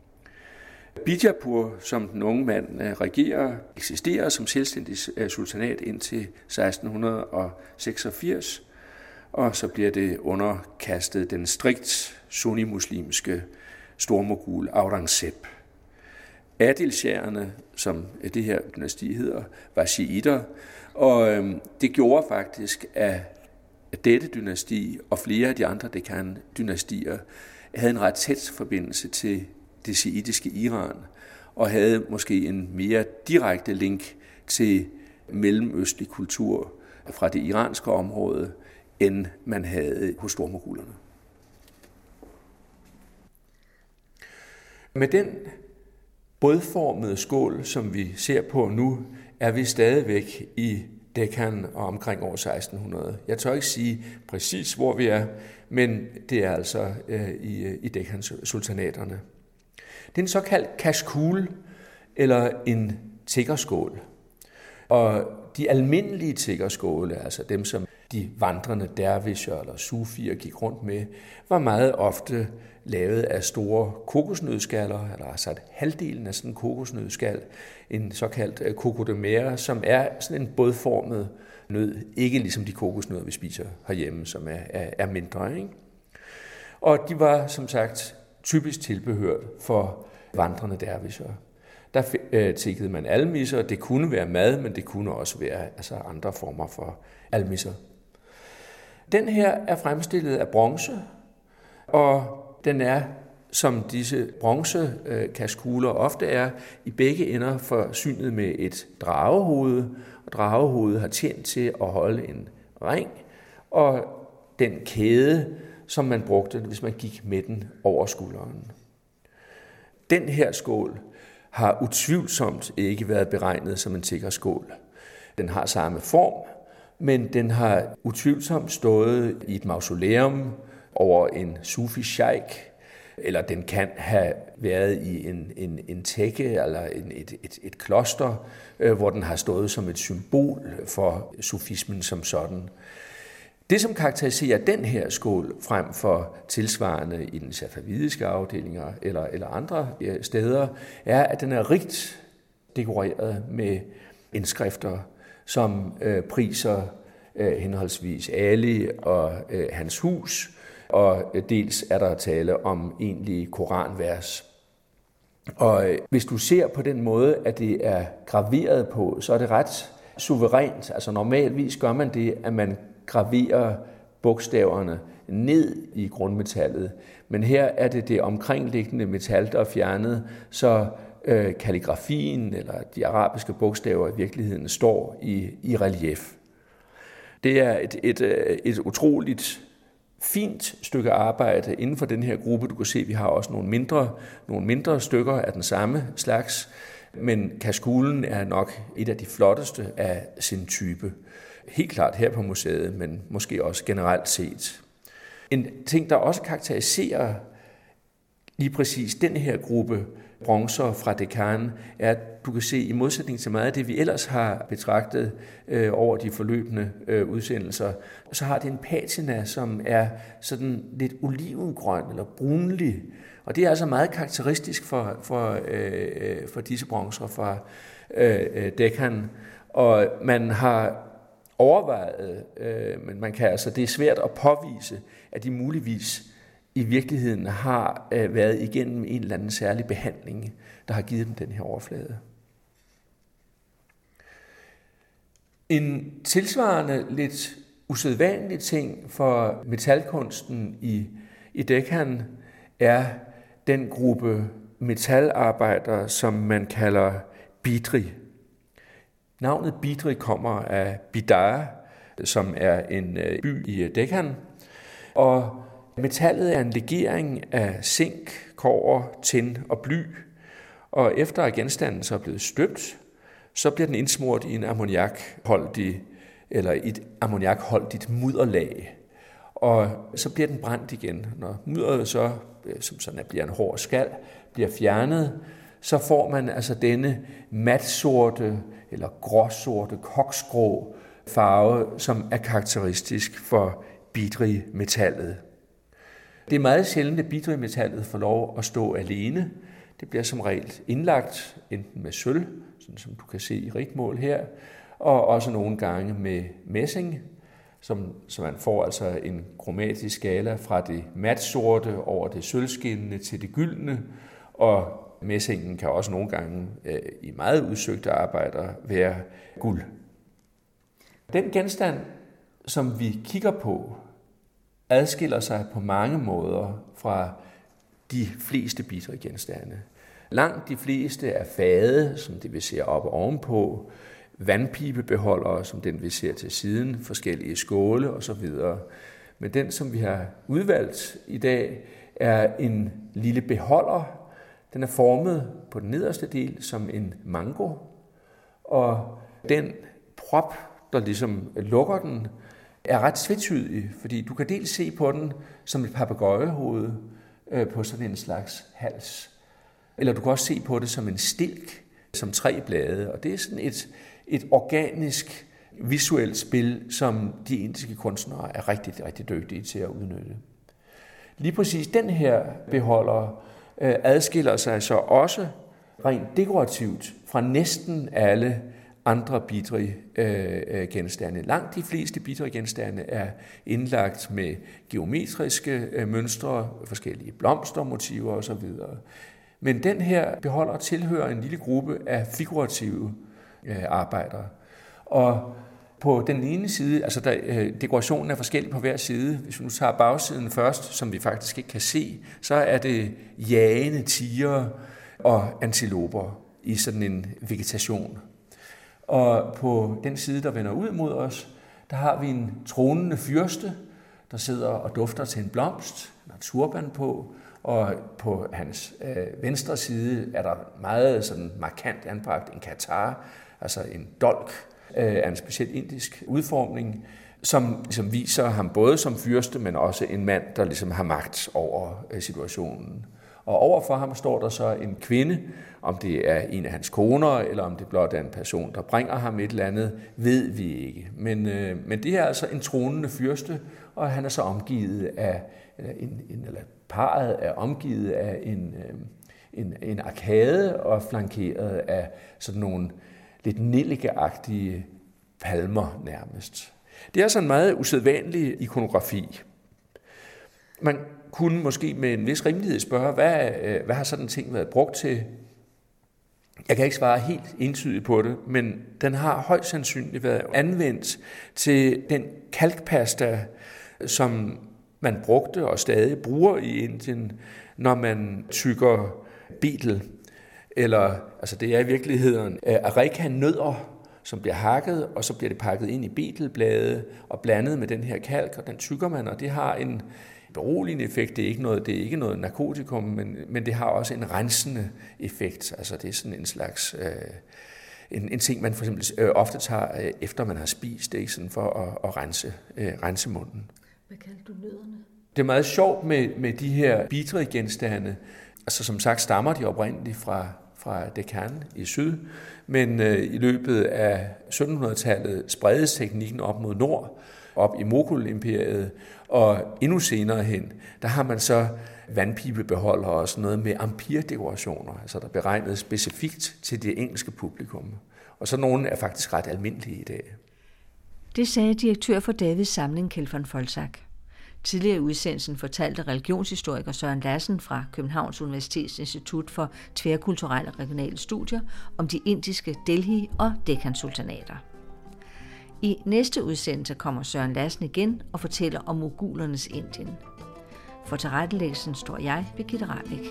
Bijapur, som den unge mand regerer, eksisterer som selvstændig sultanat indtil 1686, og så bliver det underkastet den strikt sunni-muslimske stormogul Aurangzeb. Adilshaherne, som det her dynasti hedder, var shiitter, og det gjorde faktisk, at dette dynasti og flere af de andre Deccan-dynastier havde en ret tæt forbindelse til det shiitiske Iran, og havde måske en mere direkte link til mellemøstlig kultur fra det iranske område, end man havde hos stormogulerne. Med den bådformede skål, som vi ser på nu, er vi stadigvæk i Deccan og omkring år 1600. Jeg tør ikke sige præcis, hvor vi er, men det er altså i Deccan-sultanaterne. Det er en såkaldt kashkul, eller en tiggerskål. Og de almindelige tiggerskåle, altså dem, som de vandrende dervisher eller sufier gik rundt med, var meget ofte lavet af store kokosnødskaller, eller altså halvdelen af sådan en kokosnødskal, en såkaldt coco de mer, som er sådan en bådformet nød, ikke ligesom de kokosnødder, vi spiser herhjemme, som er mindre, ikke? Og de var, som sagt, typisk tilbehørt for vandrende dervisher. Der tiggede man almisser. Det kunne være mad, men det kunne også være altså andre former for almisser. Den her er fremstillet af bronze, og den er, som disse bronzekaskuler ofte er, i begge ender forsynet med et dragehoved, og dragehovedet har tjent til at holde en ring, og den kæde, som man brugte, hvis man gik med den over skulderen. Den her skål har utvivlsomt ikke været beregnet som en tiggerskål. Den har samme form, men den har utvivlsomt stået i et mausoleum over en sufi sheikh, eller den kan have været i en tække eller et kloster, hvor den har stået som et symbol for sufismen som sådan. Det, som karakteriserer den her skål frem for tilsvarende i den safavidiske afdelinger eller andre steder, er, at den er rigt dekoreret med indskrifter, som priser henholdsvis Ali og hans hus, og dels er der tale om egentlige koranvers. Og hvis du ser på den måde, at det er graveret på, så er det ret suverænt. Altså normalvis gør man det, at man graverer bogstaverne ned i grundmetallet. Men her er det omkringliggende metal, der er fjernet, så kalligrafien eller de arabiske bogstaver i virkeligheden står i relief. Det er et utroligt fint stykke arbejde inden for den her gruppe. Du kan se, at vi har også nogle mindre stykker af den samme slags, men kaskulen er nok et af de flotteste af sin type. Helt klart her på museet, men måske også generelt set. En ting, der også karakteriserer lige præcis den her gruppe bronzer fra Deccan, er, at du kan se, i modsætning til meget af det, vi ellers har betragtet over de forløbende udsendelser, så har det en patina, som er sådan lidt olivengrøn eller brunlig. Og det er altså meget karakteristisk for disse bronzer fra Deccan. Og man har overvejet, men man kan altså, det er svært at påvise, at de muligvis i virkeligheden har været igennem en eller anden særlig behandling, der har givet dem den her overflade. En tilsvarende lidt usædvanlig ting for metalkunsten i Deccan er den gruppe metalarbejdere, som man kalder Bidri. Navnet Bidri kommer af Bidar, som er en by i Deccan, og metallet er en legering af zink, kobber, tin og bly, og efter at genstanden så er blevet støbt, så bliver den indsmurt i en et ammoniakholdigt mudderlag, og så bliver den brændt igen. Når mudderet så, som sådan bliver en hård skal, bliver fjernet, så får man altså denne matsorte eller gråsorte, koksgrå farve, som er karakteristisk for Bidri-metallet. Det er meget sjældent, at Bidri-metallet får lov at stå alene. Det bliver som regel indlagt enten med sølv, sådan som du kan se i rigt mål her, og også nogle gange med messing, så man får altså en kromatisk skala fra det matsorte over det sølvskinnende til det gyldne, og messingen kan også nogle gange i meget udsøgte arbejder være guld. Den genstand, som vi kigger på, adskiller sig på mange måder fra de fleste Bidri-genstande. Langt de fleste er fade, som det vi ser oppe ovenpå, vandpibebeholdere, som den vi ser til siden, forskellige skåle osv. Men den, som vi har udvalgt i dag, er en lille beholder. Den er formet på den nederste del som en mango, og den prop, der ligesom lukker den, er ret tvetydig, fordi du kan dels se på den som et papegøjehoved på sådan en slags hals, eller du kan også se på det som en stilk, som 3 blade, og det er sådan et organisk visuelt spil, som de indiske kunstnere er rigtig, rigtig dygtige til at udnytte. Lige præcis den her beholder adskiller sig så også rent dekorativt fra næsten alle andre Bidri-genstande. Langt de fleste Bidri-genstande er indlagt med geometriske mønstre, forskellige blomstermotiver osv. Men den her beholder tilhører en lille gruppe af figurative arbejdere. Og på den ene side, altså dekorationen er forskellig på hver side. Hvis vi nu tager bagsiden først, som vi faktisk ikke kan se, så er det jagende tigre og antiloper i sådan en vegetation. Og på den side, der vender ud mod os, der har vi en tronende fyrste, der sidder og dufter til en blomst, der har turban på, og på hans venstre side er der meget sådan markant anbragt en katar, altså en dolk af en speciel indisk udformning, som viser ham både som fyrste, men også en mand, der ligesom har magt over situationen. Og overfor ham står der så en kvinde, om det er en af hans koner, eller om det blot er en person, der bringer ham et eller andet, ved vi ikke. Men det er altså en tronende fyrste, og han er så omgivet af, eller parret er omgivet af en arkade og flankeret af sådan nogle lidt nellikeagtige palmer nærmest. Det er altså en meget usædvanlig ikonografi. Man kunne måske med en vis rimelighed spørge, hvad har sådan en ting været brugt til? Jeg kan ikke svare helt entydigt på det, men den har højst sandsynligt været anvendt til den kalkpasta, som man brugte og stadig bruger i Indien, når man tygger betel. Eller, altså det er i virkeligheden areca-nødder, som bliver hakket, og så bliver det pakket ind i betelblade og blandet med den her kalk, og den tygger man, og det har en beroligende effekt. Det er ikke noget narkotikum, men det har også en rensende effekt. Altså det er sådan en slags en ting, man for eksempel ofte tager efter man har spist, ikke sådan for at rense munden. Hvad kaldte du nødderne? Det er meget sjovt med de her bitre genstande. Altså som sagt stammer de oprindeligt fra Deccan i syd, men i løbet af 1700-tallet spredes teknikken op mod nord, op i Moghul-imperiet, og endnu senere hen, der har man så vandpibebeholdere og sådan noget med ampere-dekorationer, altså der er beregnet specifikt til det engelske publikum. Og så nogle er faktisk ret almindelige i dag. Det sagde direktør for Davids samling, Kjeld von Folsak. Tidligere i udsendelsen fortalte religionshistoriker Søren Lassen fra Københavns Universitets Institut for Tværkulturelle og Regionale Studier om de indiske Delhi- og Deccan-sultanater. I næste udsendelse kommer Søren Lassen igen og fortæller om mogulernes Indien. For tilrettelæggelsen står jeg, Birgitte Rahbek.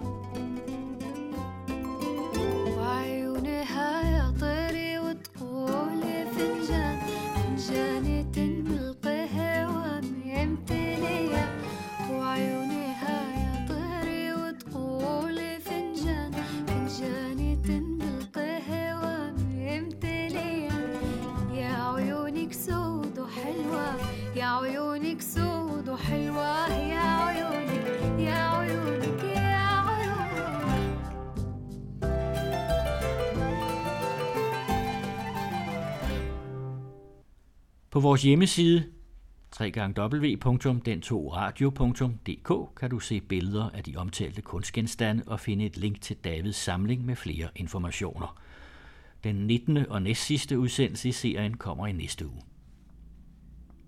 På vores hjemmeside www.den2radio.dk kan du se billeder af de omtalte kunstgenstande og finde et link til Davids samling med flere informationer. Den 19. og næstsidste udsendelse i serien kommer i næste uge.